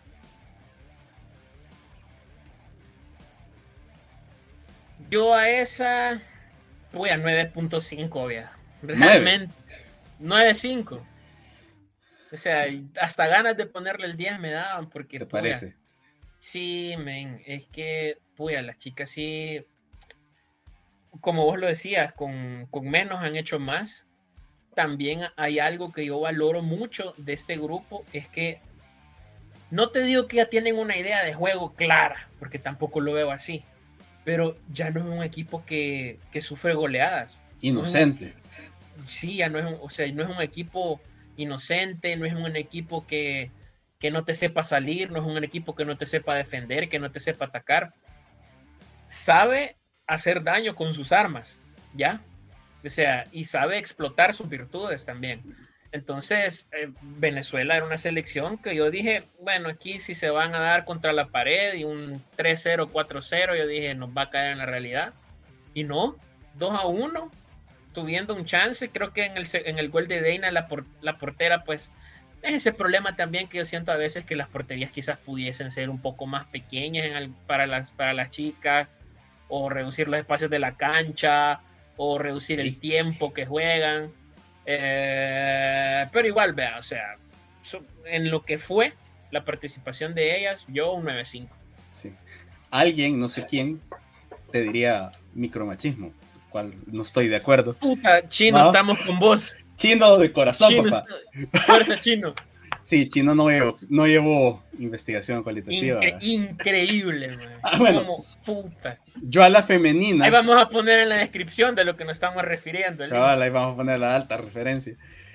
Yo a esa voy a nueve punto cinco, obvia. Realmente. nueve punto cinco. O sea, hasta ganas de ponerle el diez me daban porque... ¿Te puya, parece? Sí, men. Es que, puya, las chicas sí... Como vos lo decías, con, con menos han hecho más. También hay algo que yo valoro mucho de este grupo, es que no te digo que ya tienen una idea de juego clara, porque tampoco lo veo así. Pero ya no es un equipo que, que sufre goleadas. Inocente. No un, sí, ya no es un, o sea, no es un equipo inocente, no es un equipo que, que no te sepa salir, no es un equipo que no te sepa defender, que no te sepa atacar. Sabe hacer daño con sus armas, ¿ya? O sea, y sabe explotar sus virtudes también. Entonces, eh, Venezuela era una selección que yo dije, bueno, aquí si se van a dar contra la pared y un tres cero, cuatro cero, yo dije, nos va a caer en la realidad. Y no, dos a uno, tuviendo un chance. Creo que en el, en el gol de Deina, la, por, la portera, pues, es ese problema también que yo siento a veces que las porterías quizás pudiesen ser un poco más pequeñas en el, para, las, para las chicas, o reducir los espacios de la cancha, o reducir el tiempo que juegan. Eh, pero igual, vea, o sea, so, en lo que fue la participación de ellas, yo un nueve cinco. Sí. Alguien, no sé quién, te diría micromachismo, cual no estoy de acuerdo. Puta, Chino, ¿no? Estamos con vos. Chino de corazón, Chino, papá. Fuerza, Chino. Sí, Chino no llevó, no llevó investigación cualitativa. Incre increíble, man. Ah, bueno, como puta. Yo a la femenina. Ahí vamos a poner en la descripción de lo que nos estamos refiriendo. Cabal, ahí vamos a poner la alta referencia.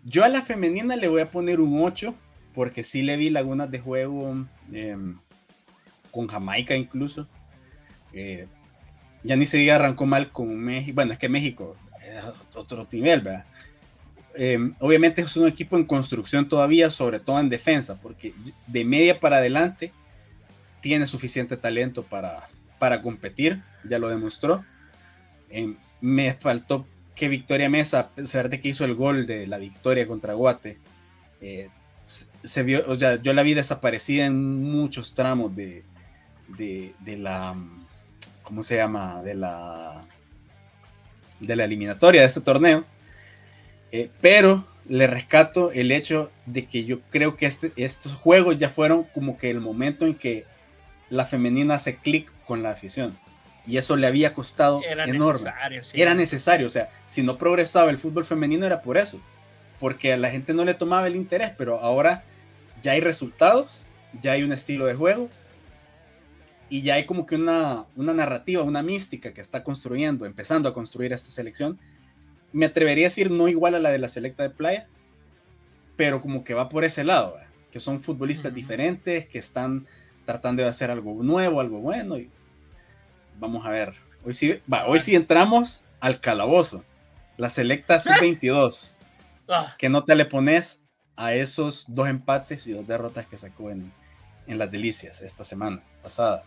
Yo a la femenina le voy a poner un ocho, porque sí le vi lagunas de juego eh, con Jamaica incluso. Eh, ya ni se diga arrancó mal con México. Bueno, es que México es otro nivel, ¿verdad? Eh, obviamente es un equipo en construcción todavía, sobre todo en defensa, porque de media para adelante tiene suficiente talento para, para competir, ya lo demostró. Eh, me faltó que Victoria Mesa, a pesar de que hizo el gol de la victoria contra Guate, eh, se, se vio, o sea, yo la vi desaparecida en muchos tramos de, de, de la, ¿cómo se llama? De la, de la eliminatoria de este torneo. Eh, pero le rescato el hecho de que yo creo que este, estos juegos ya fueron como que el momento en que la femenina hace clic con la afición. Y eso le había costado era enorme. Necesario, sí. Era necesario, o sea, si no progresaba el fútbol femenino era por eso, porque a la gente no le tomaba el interés, pero ahora ya hay resultados, ya hay un estilo de juego y ya hay como que una, una narrativa, una mística que está construyendo, empezando a construir esta selección. Me atrevería a decir no igual a la de la selecta de Playa, pero como que va por ese lado, ¿verdad? Que son futbolistas uh-huh. diferentes, que están tratando de hacer algo nuevo, algo bueno, y vamos a ver. Hoy sí, va, hoy sí entramos al calabozo. La selecta sub veintidós. ¿Qué nota le pones a esos dos empates y dos derrotas que sacó en, en las Delicias esta semana pasada?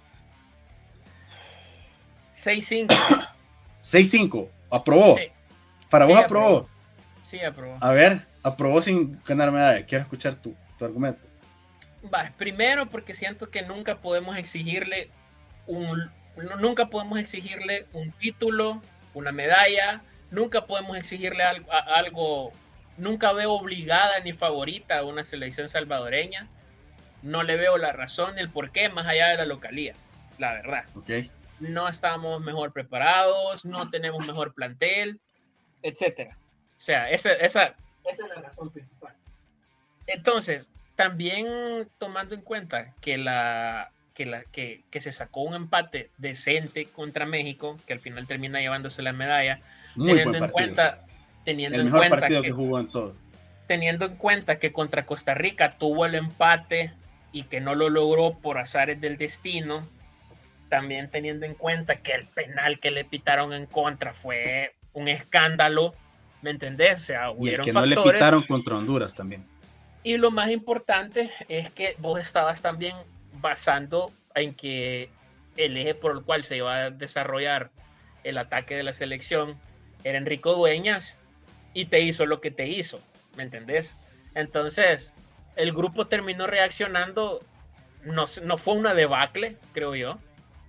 seis cinco. seis cinco. ¿Aprobó? Sí. ¿Para sí, vos aprobó? aprobó? Sí, aprobó. A ver, aprobó sin ganar medalla. Quiero escuchar tu, tu argumento. Va, primero porque siento que nunca podemos exigirle un... Nunca podemos exigirle un título, una medalla, nunca podemos exigirle algo, algo, nunca veo obligada ni favorita a una selección salvadoreña. No le veo la razón ni el porqué más allá de la localía, la verdad. Okay. No estamos mejor preparados, no tenemos mejor plantel, etcétera. O sea, esa, esa, esa es la razón principal. Entonces, también tomando en cuenta que la... Que, la, que, que se sacó un empate decente contra México, que al final termina llevándose la medalla, Muy teniendo buen en cuenta, teniendo el en mejor cuenta partido que, que jugó en todo. Teniendo en cuenta que contra Costa Rica tuvo el empate y que no lo logró por azares del destino, también teniendo en cuenta que el penal que le pitaron en contra fue un escándalo, ¿me entendés? O sea, y el que factores, no le pitaron contra Honduras también. Y lo más importante es que vos estabas también basando en que el eje por el cual se iba a desarrollar el ataque de la selección era Enrico Dueñas y te hizo lo que te hizo, ¿me entendés? Entonces, el grupo terminó reaccionando, no, no fue una debacle, creo yo,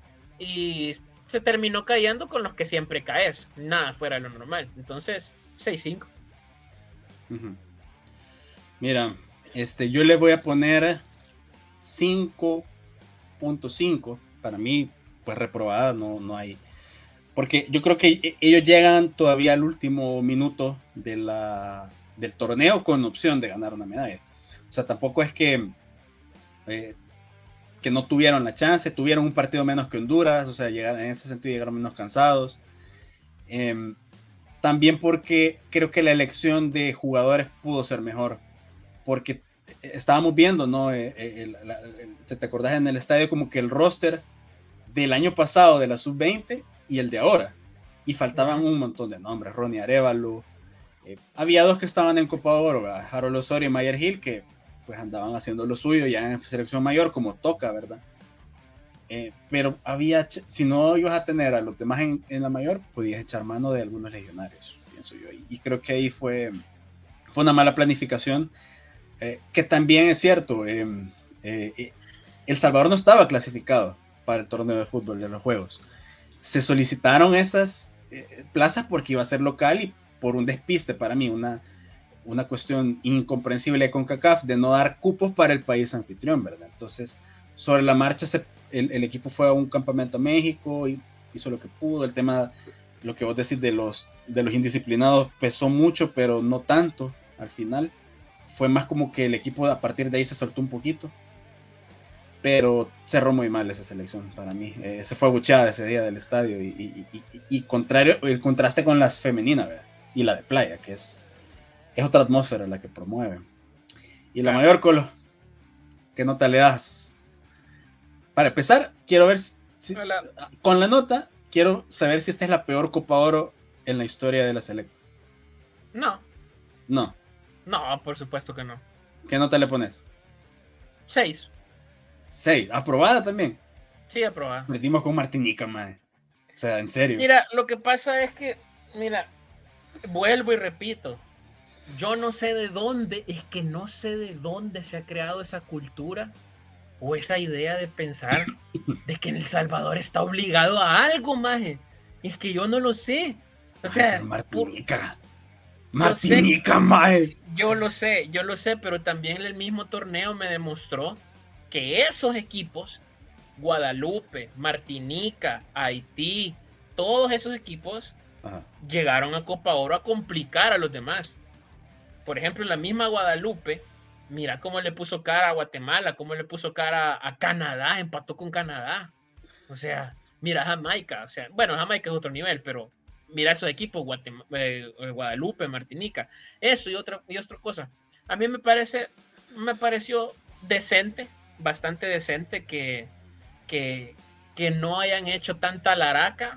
y se terminó cayendo con los que siempre caes, nada fuera de lo normal. Entonces, seis cinco. Uh-huh. Mira, este, yo le voy a poner cinco punto cinco. Para mí, pues reprobada, no, no hay. Porque yo creo que ellos llegan todavía al último minuto de la, del torneo con opción de ganar una medalla. O sea, tampoco es que, eh, que no tuvieron la chance, tuvieron un partido menos que Honduras, o sea, llegaron, en ese sentido llegaron menos cansados. Eh, también porque creo que la elección de jugadores pudo ser mejor. Porque estábamos viendo, ¿no? El, el, el, el, ¿te acordás en el estadio como que el roster del año pasado de la sub veinte y el de ahora? Y faltaban un montón de nombres, Ronnie Arevalo. Eh, había dos que estaban en Copa de Oro, ¿verdad? Harold Osorio y Mayer Hill, que pues andaban haciendo lo suyo ya en selección mayor, como toca, ¿verdad? Eh, pero había, si no ibas a tener a los demás en, en la mayor, podías echar mano de algunos legionarios, pienso yo. Y, y creo que ahí fue, fue una mala planificación. Eh, que también es cierto, eh, eh, El Salvador no estaba clasificado para el torneo de fútbol de los Juegos. Se solicitaron esas eh, plazas porque iba a ser local y por un despiste para mí, una, una cuestión incomprensible de CONCACAF de no dar cupos para el país anfitrión, ¿verdad? Entonces, sobre la marcha se, el, el equipo fue a un campamento a México y hizo lo que pudo. El tema, lo que vos decís de los, de los indisciplinados pesó mucho, pero no tanto al final. Fue más como que el equipo a partir de ahí se soltó un poquito, pero cerró muy mal esa selección para mí. Eh, se fue abucheada ese día del estadio y, y, y, y contrario, el contraste con las femeninas, ¿verdad? Y la de Playa, que es es otra atmósfera la que promueve. Y la Claro. mayor, Colo, ¿qué nota le das? Para empezar, quiero ver si, Hola. con la nota, quiero saber si esta es la peor Copa Oro en la historia de la selecta. No, No. no, por supuesto que no. ¿Qué nota le pones? Seis. seis. ¿Aprobada también? Sí, aprobada. Metimos con Martinica, madre. O sea, en serio. Mira, lo que pasa es que, mira, vuelvo y repito, yo no sé de dónde, es que no sé de dónde se ha creado esa cultura o esa idea de pensar de que El Salvador está obligado a algo, maje. Y es que yo no lo sé. O sea, Ay, Martinica. Yo Martinica, sé, mae. Yo lo sé, yo lo sé, pero también el mismo torneo me demostró que esos equipos, Guadalupe, Martinica, Haití, todos esos equipos Ajá. llegaron a Copa Oro a complicar a los demás. Por ejemplo, la misma Guadalupe, mira cómo le puso cara a Guatemala, cómo le puso cara a Canadá, empató con Canadá. O sea, mira Jamaica, o sea, bueno, Jamaica es otro nivel, pero mira esos equipos, Guatem eh, Guadalupe, Martinica, eso y otra y otra cosa. A mí me parece, me pareció decente, bastante decente que, que, que no hayan hecho tanta laraca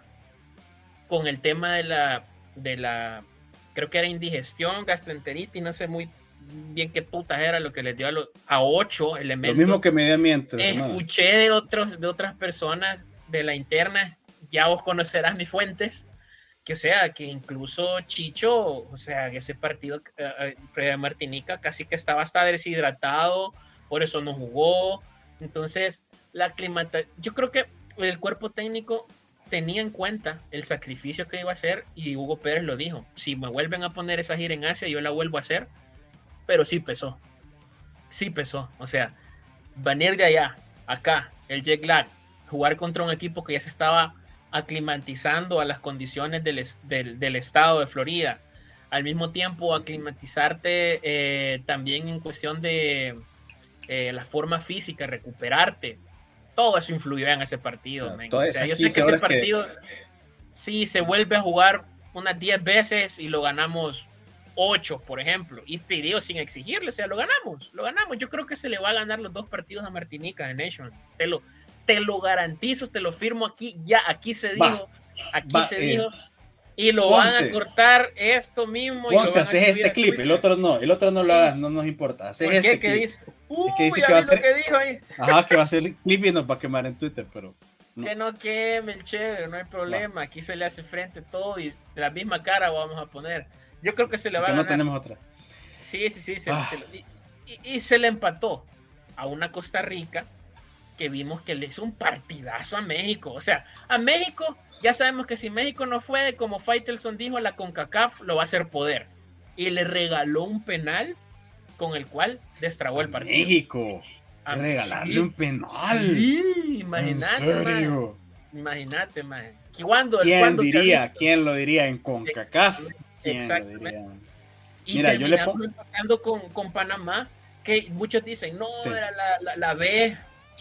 con el tema de la, de la, creo que era indigestión, gastroenteritis, no sé muy bien qué putas era lo que les dio a, los, a ocho elementos. Lo mismo que me dio a mí antes. Escuché de, otros, de otras personas de la interna, ya vos conocerás mis fuentes, que o sea, que incluso Chicho, o sea, ese partido eh, de Martinica casi que estaba hasta deshidratado, por eso no jugó. Entonces, la aclimatación, yo creo que el cuerpo técnico tenía en cuenta el sacrificio que iba a hacer y Hugo Pérez lo dijo, si me vuelven a poner esa gira en Asia, yo la vuelvo a hacer, pero sí pesó, sí pesó, o sea, venir de allá, acá, el jet lag, jugar contra un equipo que ya se estaba aclimatizando a las condiciones del, del, del estado de Florida, al mismo tiempo aclimatizarte eh, también en cuestión de eh, la forma física, recuperarte, todo eso influyó en ese partido. No, o sea, yo sé que ese partido que... sí se vuelve a jugar unas diez veces y lo ganamos ocho, por ejemplo, y te digo sin exigirle, o sea, lo ganamos, lo ganamos. Yo creo que se le va a ganar los dos partidos a Martinica en Nation. Te lo, te lo garantizo, te lo firmo aquí, ya aquí se dijo, va, aquí va, se dijo, es... y lo Ponce. Van a cortar esto mismo. Ponce, haces este clip, el otro no, el otro no sí, lo hagas, no nos importa. Haces ¿Por este qué? ¿Qué dice? Uy, es que dice que va a ser. Que dijo ahí. Ajá, que va a ser clip y nos va a quemar en Twitter, pero. No. Que no queme el chévere, no hay problema. Va. Aquí se le hace frente todo y de la misma cara vamos a poner. Yo creo que se le va a ganar. No tenemos otra. Sí, sí, sí. Se, ah. se, y, y, y se le empató a una Costa Rica que vimos que le hizo un partidazo a México. O sea, a México, ya sabemos que si México no fue, como Faitelson dijo, la CONCACAF lo va a hacer poder. Y le regaló un penal con el cual destrabó el partido. México. A regalarle sí, un penal. Sí, imagínate, imagínate, man. ¿Cuándo, ¿Quién ¿cuándo diría? ¿Quién lo diría en CONCACAF? ¿Quién Exactamente. Lo diría? Y Mira, yo le pongo empatando con, con Panamá, que muchos dicen, no, sí. era la, la, la B.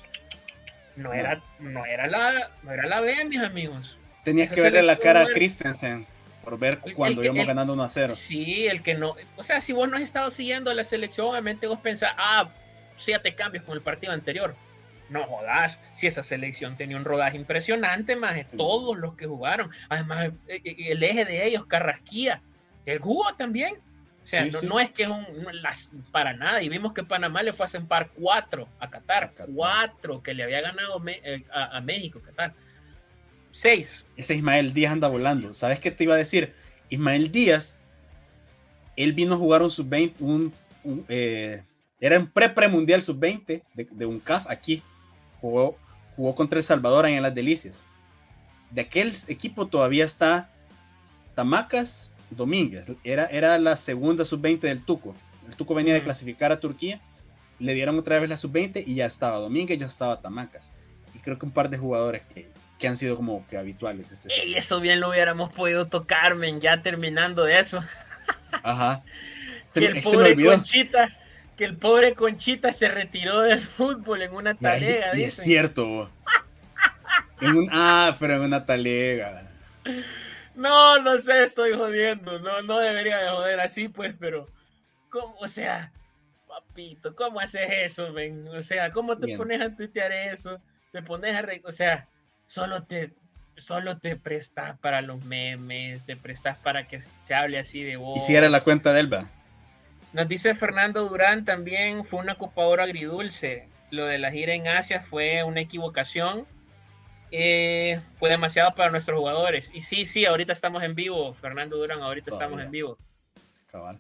No, no era, no era la, no era la B, mis amigos. Tenías Esa que verle la cara a Christensen por ver cuando el, el, íbamos el, ganando uno a cero. Sí, el que no, o sea, si vos no has estado siguiendo a la selección, obviamente vos pensás, ah, siete cambios con el partido anterior. No jodas, si esa selección tenía un rodaje impresionante, más de todos los que jugaron. Además, el eje de ellos, Carrasquía, él jugó también. O sea, sí, no, sí. no es que es un, no, las, para nada. Y vimos que Panamá le fue a sempar cuatro a Qatar. A Qatar. Cuatro que le había ganado me, eh, a, a México, Qatar. Seis. Ese Ismael Díaz anda volando. ¿Sabes qué te iba a decir? Ismael Díaz, él vino a jugar un sub veinte, un, un eh, era un pre-premundial sub veinte de, de un C A F aquí. Jugó, jugó contra El Salvador en Las Delicias. De aquel equipo todavía está Tamacas Domínguez. Era, era la segunda sub veinte del Tuco. El Tuco venía uh-huh. de clasificar a Turquía. Le dieron otra vez la sub veinte y ya estaba Domínguez, ya estaba Tamacas. Y creo que un par de jugadores que, que han sido como que habituales. De este y eso bien lo hubiéramos podido tocar, men, ya terminando de eso. Ajá. Se, que el pobre Conchita, que el pobre Conchita se retiró del fútbol en una talega. Y, y es cierto. en un, ah, pero en una talega. No, no sé, estoy jodiendo. No, no debería de joder así, pues, pero ¿Cómo? O sea, papito, ¿cómo haces eso, men? O sea, ¿cómo te Bien. pones a tuitear eso? Te pones a... Re... O sea, solo te, solo te prestas para los memes, te prestas para que se hable así de vos. Hiciera la cuenta de Elba. Nos dice Fernando Durán también, fue una Copa Oro agridulce. Lo de la gira en Asia fue una equivocación. Eh, fue demasiado para nuestros jugadores. Y sí, sí, ahorita estamos en vivo, Fernando Durán, ahorita Todavía. estamos en vivo. Cabal.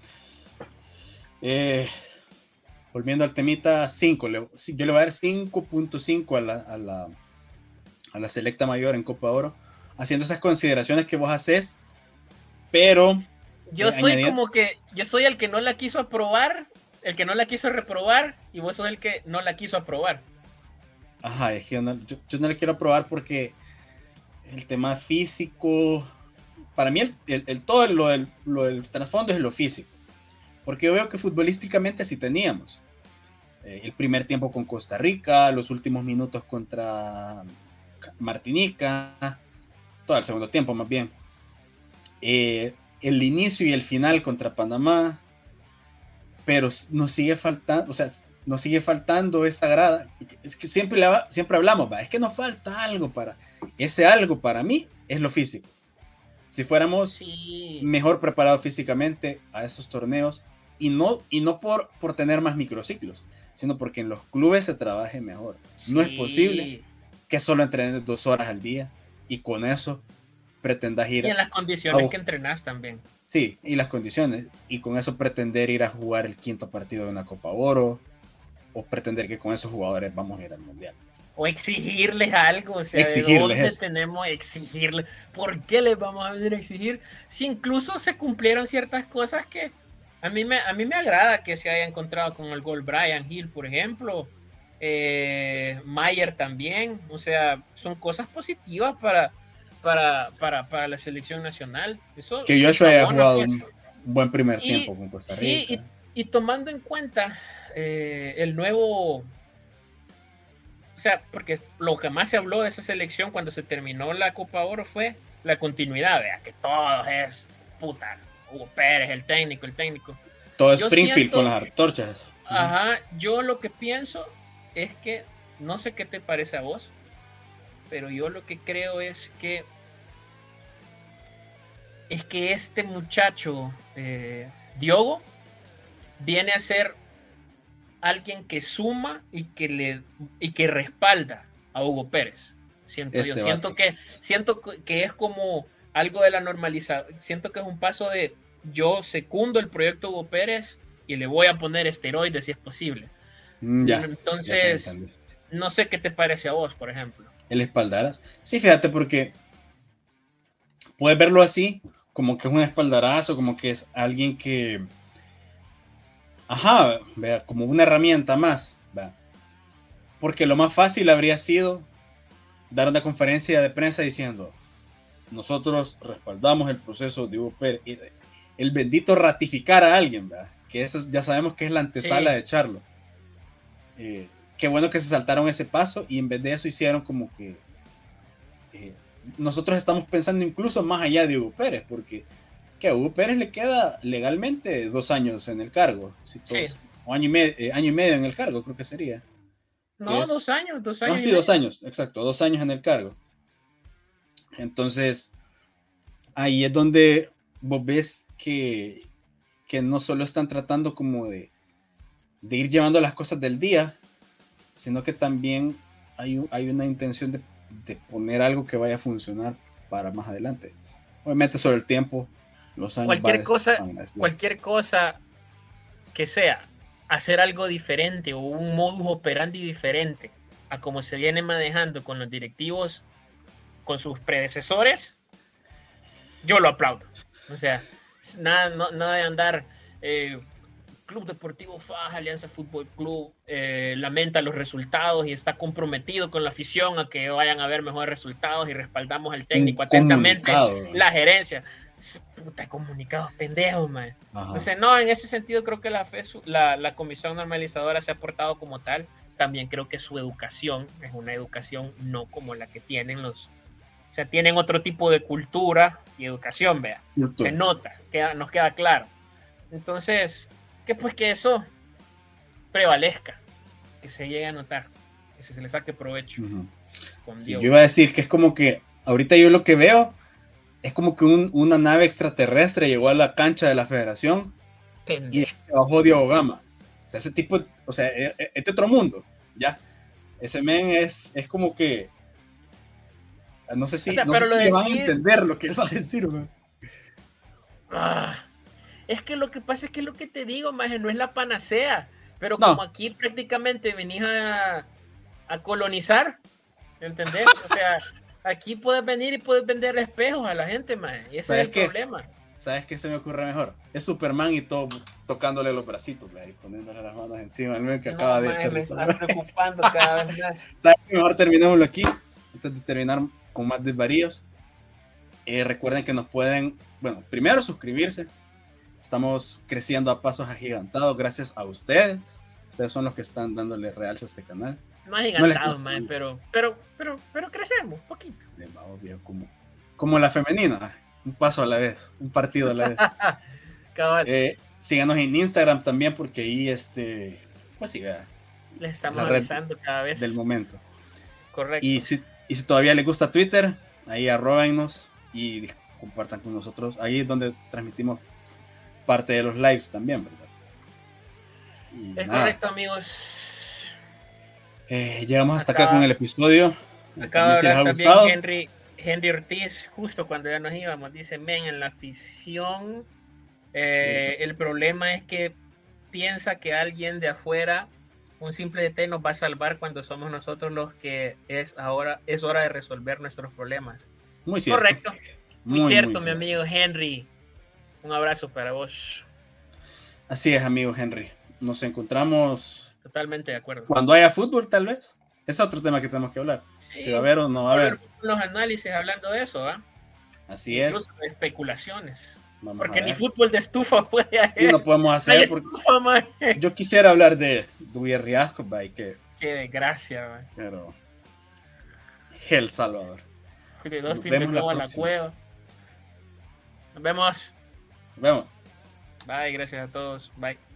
Eh, volviendo al temita cinco, le, yo le voy a dar cinco punto cinco a la, a, la, a la selecta mayor en Copa Oro, haciendo esas consideraciones que vos haces, pero... Yo eh, soy añadir... como que, yo soy el que no la quiso aprobar, el que no la quiso reprobar, y vos sos el que no la quiso aprobar. Ajá, es que yo no, yo, yo no le quiero aprobar porque el tema físico, para mí el, el, el todo lo del, lo del trasfondo es lo físico, porque yo veo que futbolísticamente sí teníamos eh, el primer tiempo con Costa Rica, los últimos minutos contra Martinica, todo el segundo tiempo más bien, eh, el inicio y el final contra Panamá, pero nos sigue faltando, o sea, nos sigue faltando esa grada. Es que siempre, siempre hablamos, ¿va? Es que nos falta algo para... Ese algo para mí es lo físico. Si fuéramos sí. mejor preparados físicamente a esos torneos, y no, y no por, por tener más microciclos, sino porque en los clubes se trabaje mejor. Sí. No es posible que solo entrenes dos horas al día y con eso pretendas ir... Y en las condiciones a... que entrenas también. Sí, y las condiciones. Y con eso pretender ir a jugar el quinto partido de una Copa Oro, o pretender que con esos jugadores vamos a ir al mundial. O exigirles algo, o sea, exigirles ¿de dónde eso? tenemos exigirles? ¿Por qué les vamos a venir a exigir? Si incluso se cumplieron ciertas cosas que a mí me, a mí me agrada que se haya encontrado con el gol Brian Hill, por ejemplo, eh, Mayer también, o sea, son cosas positivas para, para, para, para la selección nacional. Eso, que Joshua haya jugado pues. un buen primer y, tiempo con Costa Rica. Sí, y, y tomando en cuenta Eh, el nuevo, o sea, porque lo que más se habló de esa selección cuando se terminó la Copa Oro fue la continuidad, vea, que todo es puta, Hugo Pérez, el técnico, el técnico. Todo es Springfield siento, con las antorchas. Ajá, yo lo que pienso es que, no sé qué te parece a vos, pero yo lo que creo es que es que este muchacho, eh, Diogo, viene a ser alguien que suma y que le y que respalda a Hugo Pérez. Siento este yo, siento que siento que es como algo de la normalización, siento que es un paso de yo secundo el proyecto Hugo Pérez y le voy a poner esteroides si es posible. Ya, Entonces, ya no sé qué te parece a vos, por ejemplo. El espaldarazo. Sí, fíjate, porque puedes verlo así, como que es un espaldarazo, como que es alguien que Ajá, vea, como una herramienta más, vea. Porque lo más fácil habría sido dar una conferencia de prensa diciendo nosotros respaldamos el proceso de Hugo Pérez, el bendito ratificar a alguien, vea, que eso ya sabemos que es la antesala sí. de echarlo. Eh, qué bueno que se saltaron ese paso y en vez de eso hicieron como que eh, nosotros estamos pensando incluso más allá de Hugo Pérez, porque que a Hugo Pérez le queda legalmente dos años en el cargo, si todos, sí. o año y, medio, eh, año y medio en el cargo, creo que sería. No, es, dos años, dos años. Ah, sí, dos años, exacto, dos años en el cargo. Entonces, ahí es donde vos ves que, que no solo están tratando como de, de ir llevando las cosas del día, sino que también hay, hay una intención de, de poner algo que vaya a funcionar para más adelante. Obviamente sobre el tiempo. Los años cualquier cosa cualquier cosa que sea hacer algo diferente o un modus operandi diferente a como se viene manejando con los directivos con sus predecesores, yo lo aplaudo. O sea, nada, no, nada de andar eh, Club Deportivo F A J, Alianza Fútbol Club eh, lamenta los resultados y está comprometido con la afición a que vayan a haber mejores resultados y respaldamos al técnico un atentamente, la gerencia. Puta, comunicados pendejos, man. Ajá. Entonces, no, en ese sentido creo que la, F E S U, la, la comisión normalizadora se ha portado como tal. También creo que su educación es una educación no como la que tienen los... O sea, tienen otro tipo de cultura y educación, vea. Cultura. Se nota, queda, nos queda claro. Entonces, que pues que eso prevalezca, que se llegue a notar, que se le saque provecho. Uh-huh. Con Sí, Dios. yo iba a decir que es como que ahorita yo lo que veo es como que un, una nave extraterrestre llegó a la cancha de la Federación Pendejo. y bajó Diego Gama. O sea, ese tipo, o sea, es, es de otro mundo, ¿ya? Ese men es, es como que, no sé si, O sea, no pero sé lo si van a decís- entender lo que él va a decir, man. Ah, es que lo que pasa es que lo que te digo, maje, no es la panacea. Pero No. como aquí prácticamente venís a, a colonizar, ¿entendés? O sea, aquí puedes venir y puedes vender espejos a la gente, maje. Y ese es ¿Sabes el qué? problema. ¿Sabes qué se me ocurre mejor? Es Superman y todo tocándole los bracitos, y poniéndole las manos encima, el men que No, acaba de maje, me aterrizar. estás preocupando cada vez más. ¿Sabes qué? Mejor terminémoslo aquí, antes de terminar con más desvaríos. Eh, recuerden que nos pueden, bueno, primero suscribirse. Estamos creciendo a pasos agigantados gracias a ustedes. Ustedes son los que están dándole realce a este canal. No es No les gigantado, cuesta maje, mucho. pero, pero, pero, pero crecemos, poquito. Obvio, como, como la femenina, un paso a la vez, un partido a la vez. Cabal, Eh, síganos en Instagram también, porque ahí, este, pues sí, vea, les estamos la red avisando cada vez. del momento. Correcto. Y si, y si todavía les gusta Twitter, ahí arrobennos y compartan con nosotros. Ahí es donde transmitimos parte de los lives también, ¿verdad? Y Es nada, correcto, amigos. eh, llegamos hasta Acaba- acá con el episodio. Acaba También de si les ha hablar también gustado, Henry, Henry Ortiz, justo cuando ya nos íbamos. Dice, men, en la afición, eh, el problema es que piensa que alguien de afuera, un simple D T nos va a salvar cuando somos nosotros los que es ahora, es hora de resolver nuestros problemas. muy cierto. Correcto. Muy, Muy, cierto, muy mi cierto. amigo Henry. Un abrazo para vos. Así es, amigo Henry. Nos encontramos Totalmente de acuerdo. cuando haya fútbol, tal vez. Es otro tema que tenemos que hablar. Sí, Si va a haber o no va a haber. los análisis hablando de eso, ¿ah? Así Incluso es. de especulaciones. Vamos Porque a ni ver. fútbol de estufa puede hacer. Sí, no podemos Hay hacer. Porque estufa, man. yo quisiera hablar de Duy Riasco, que, Qué desgracia, man. pero El Salvador. De Nos Dustin vemos de la nuevo a la próxima. cueva. Nos vemos. Nos vemos. Bye, gracias a todos. Bye.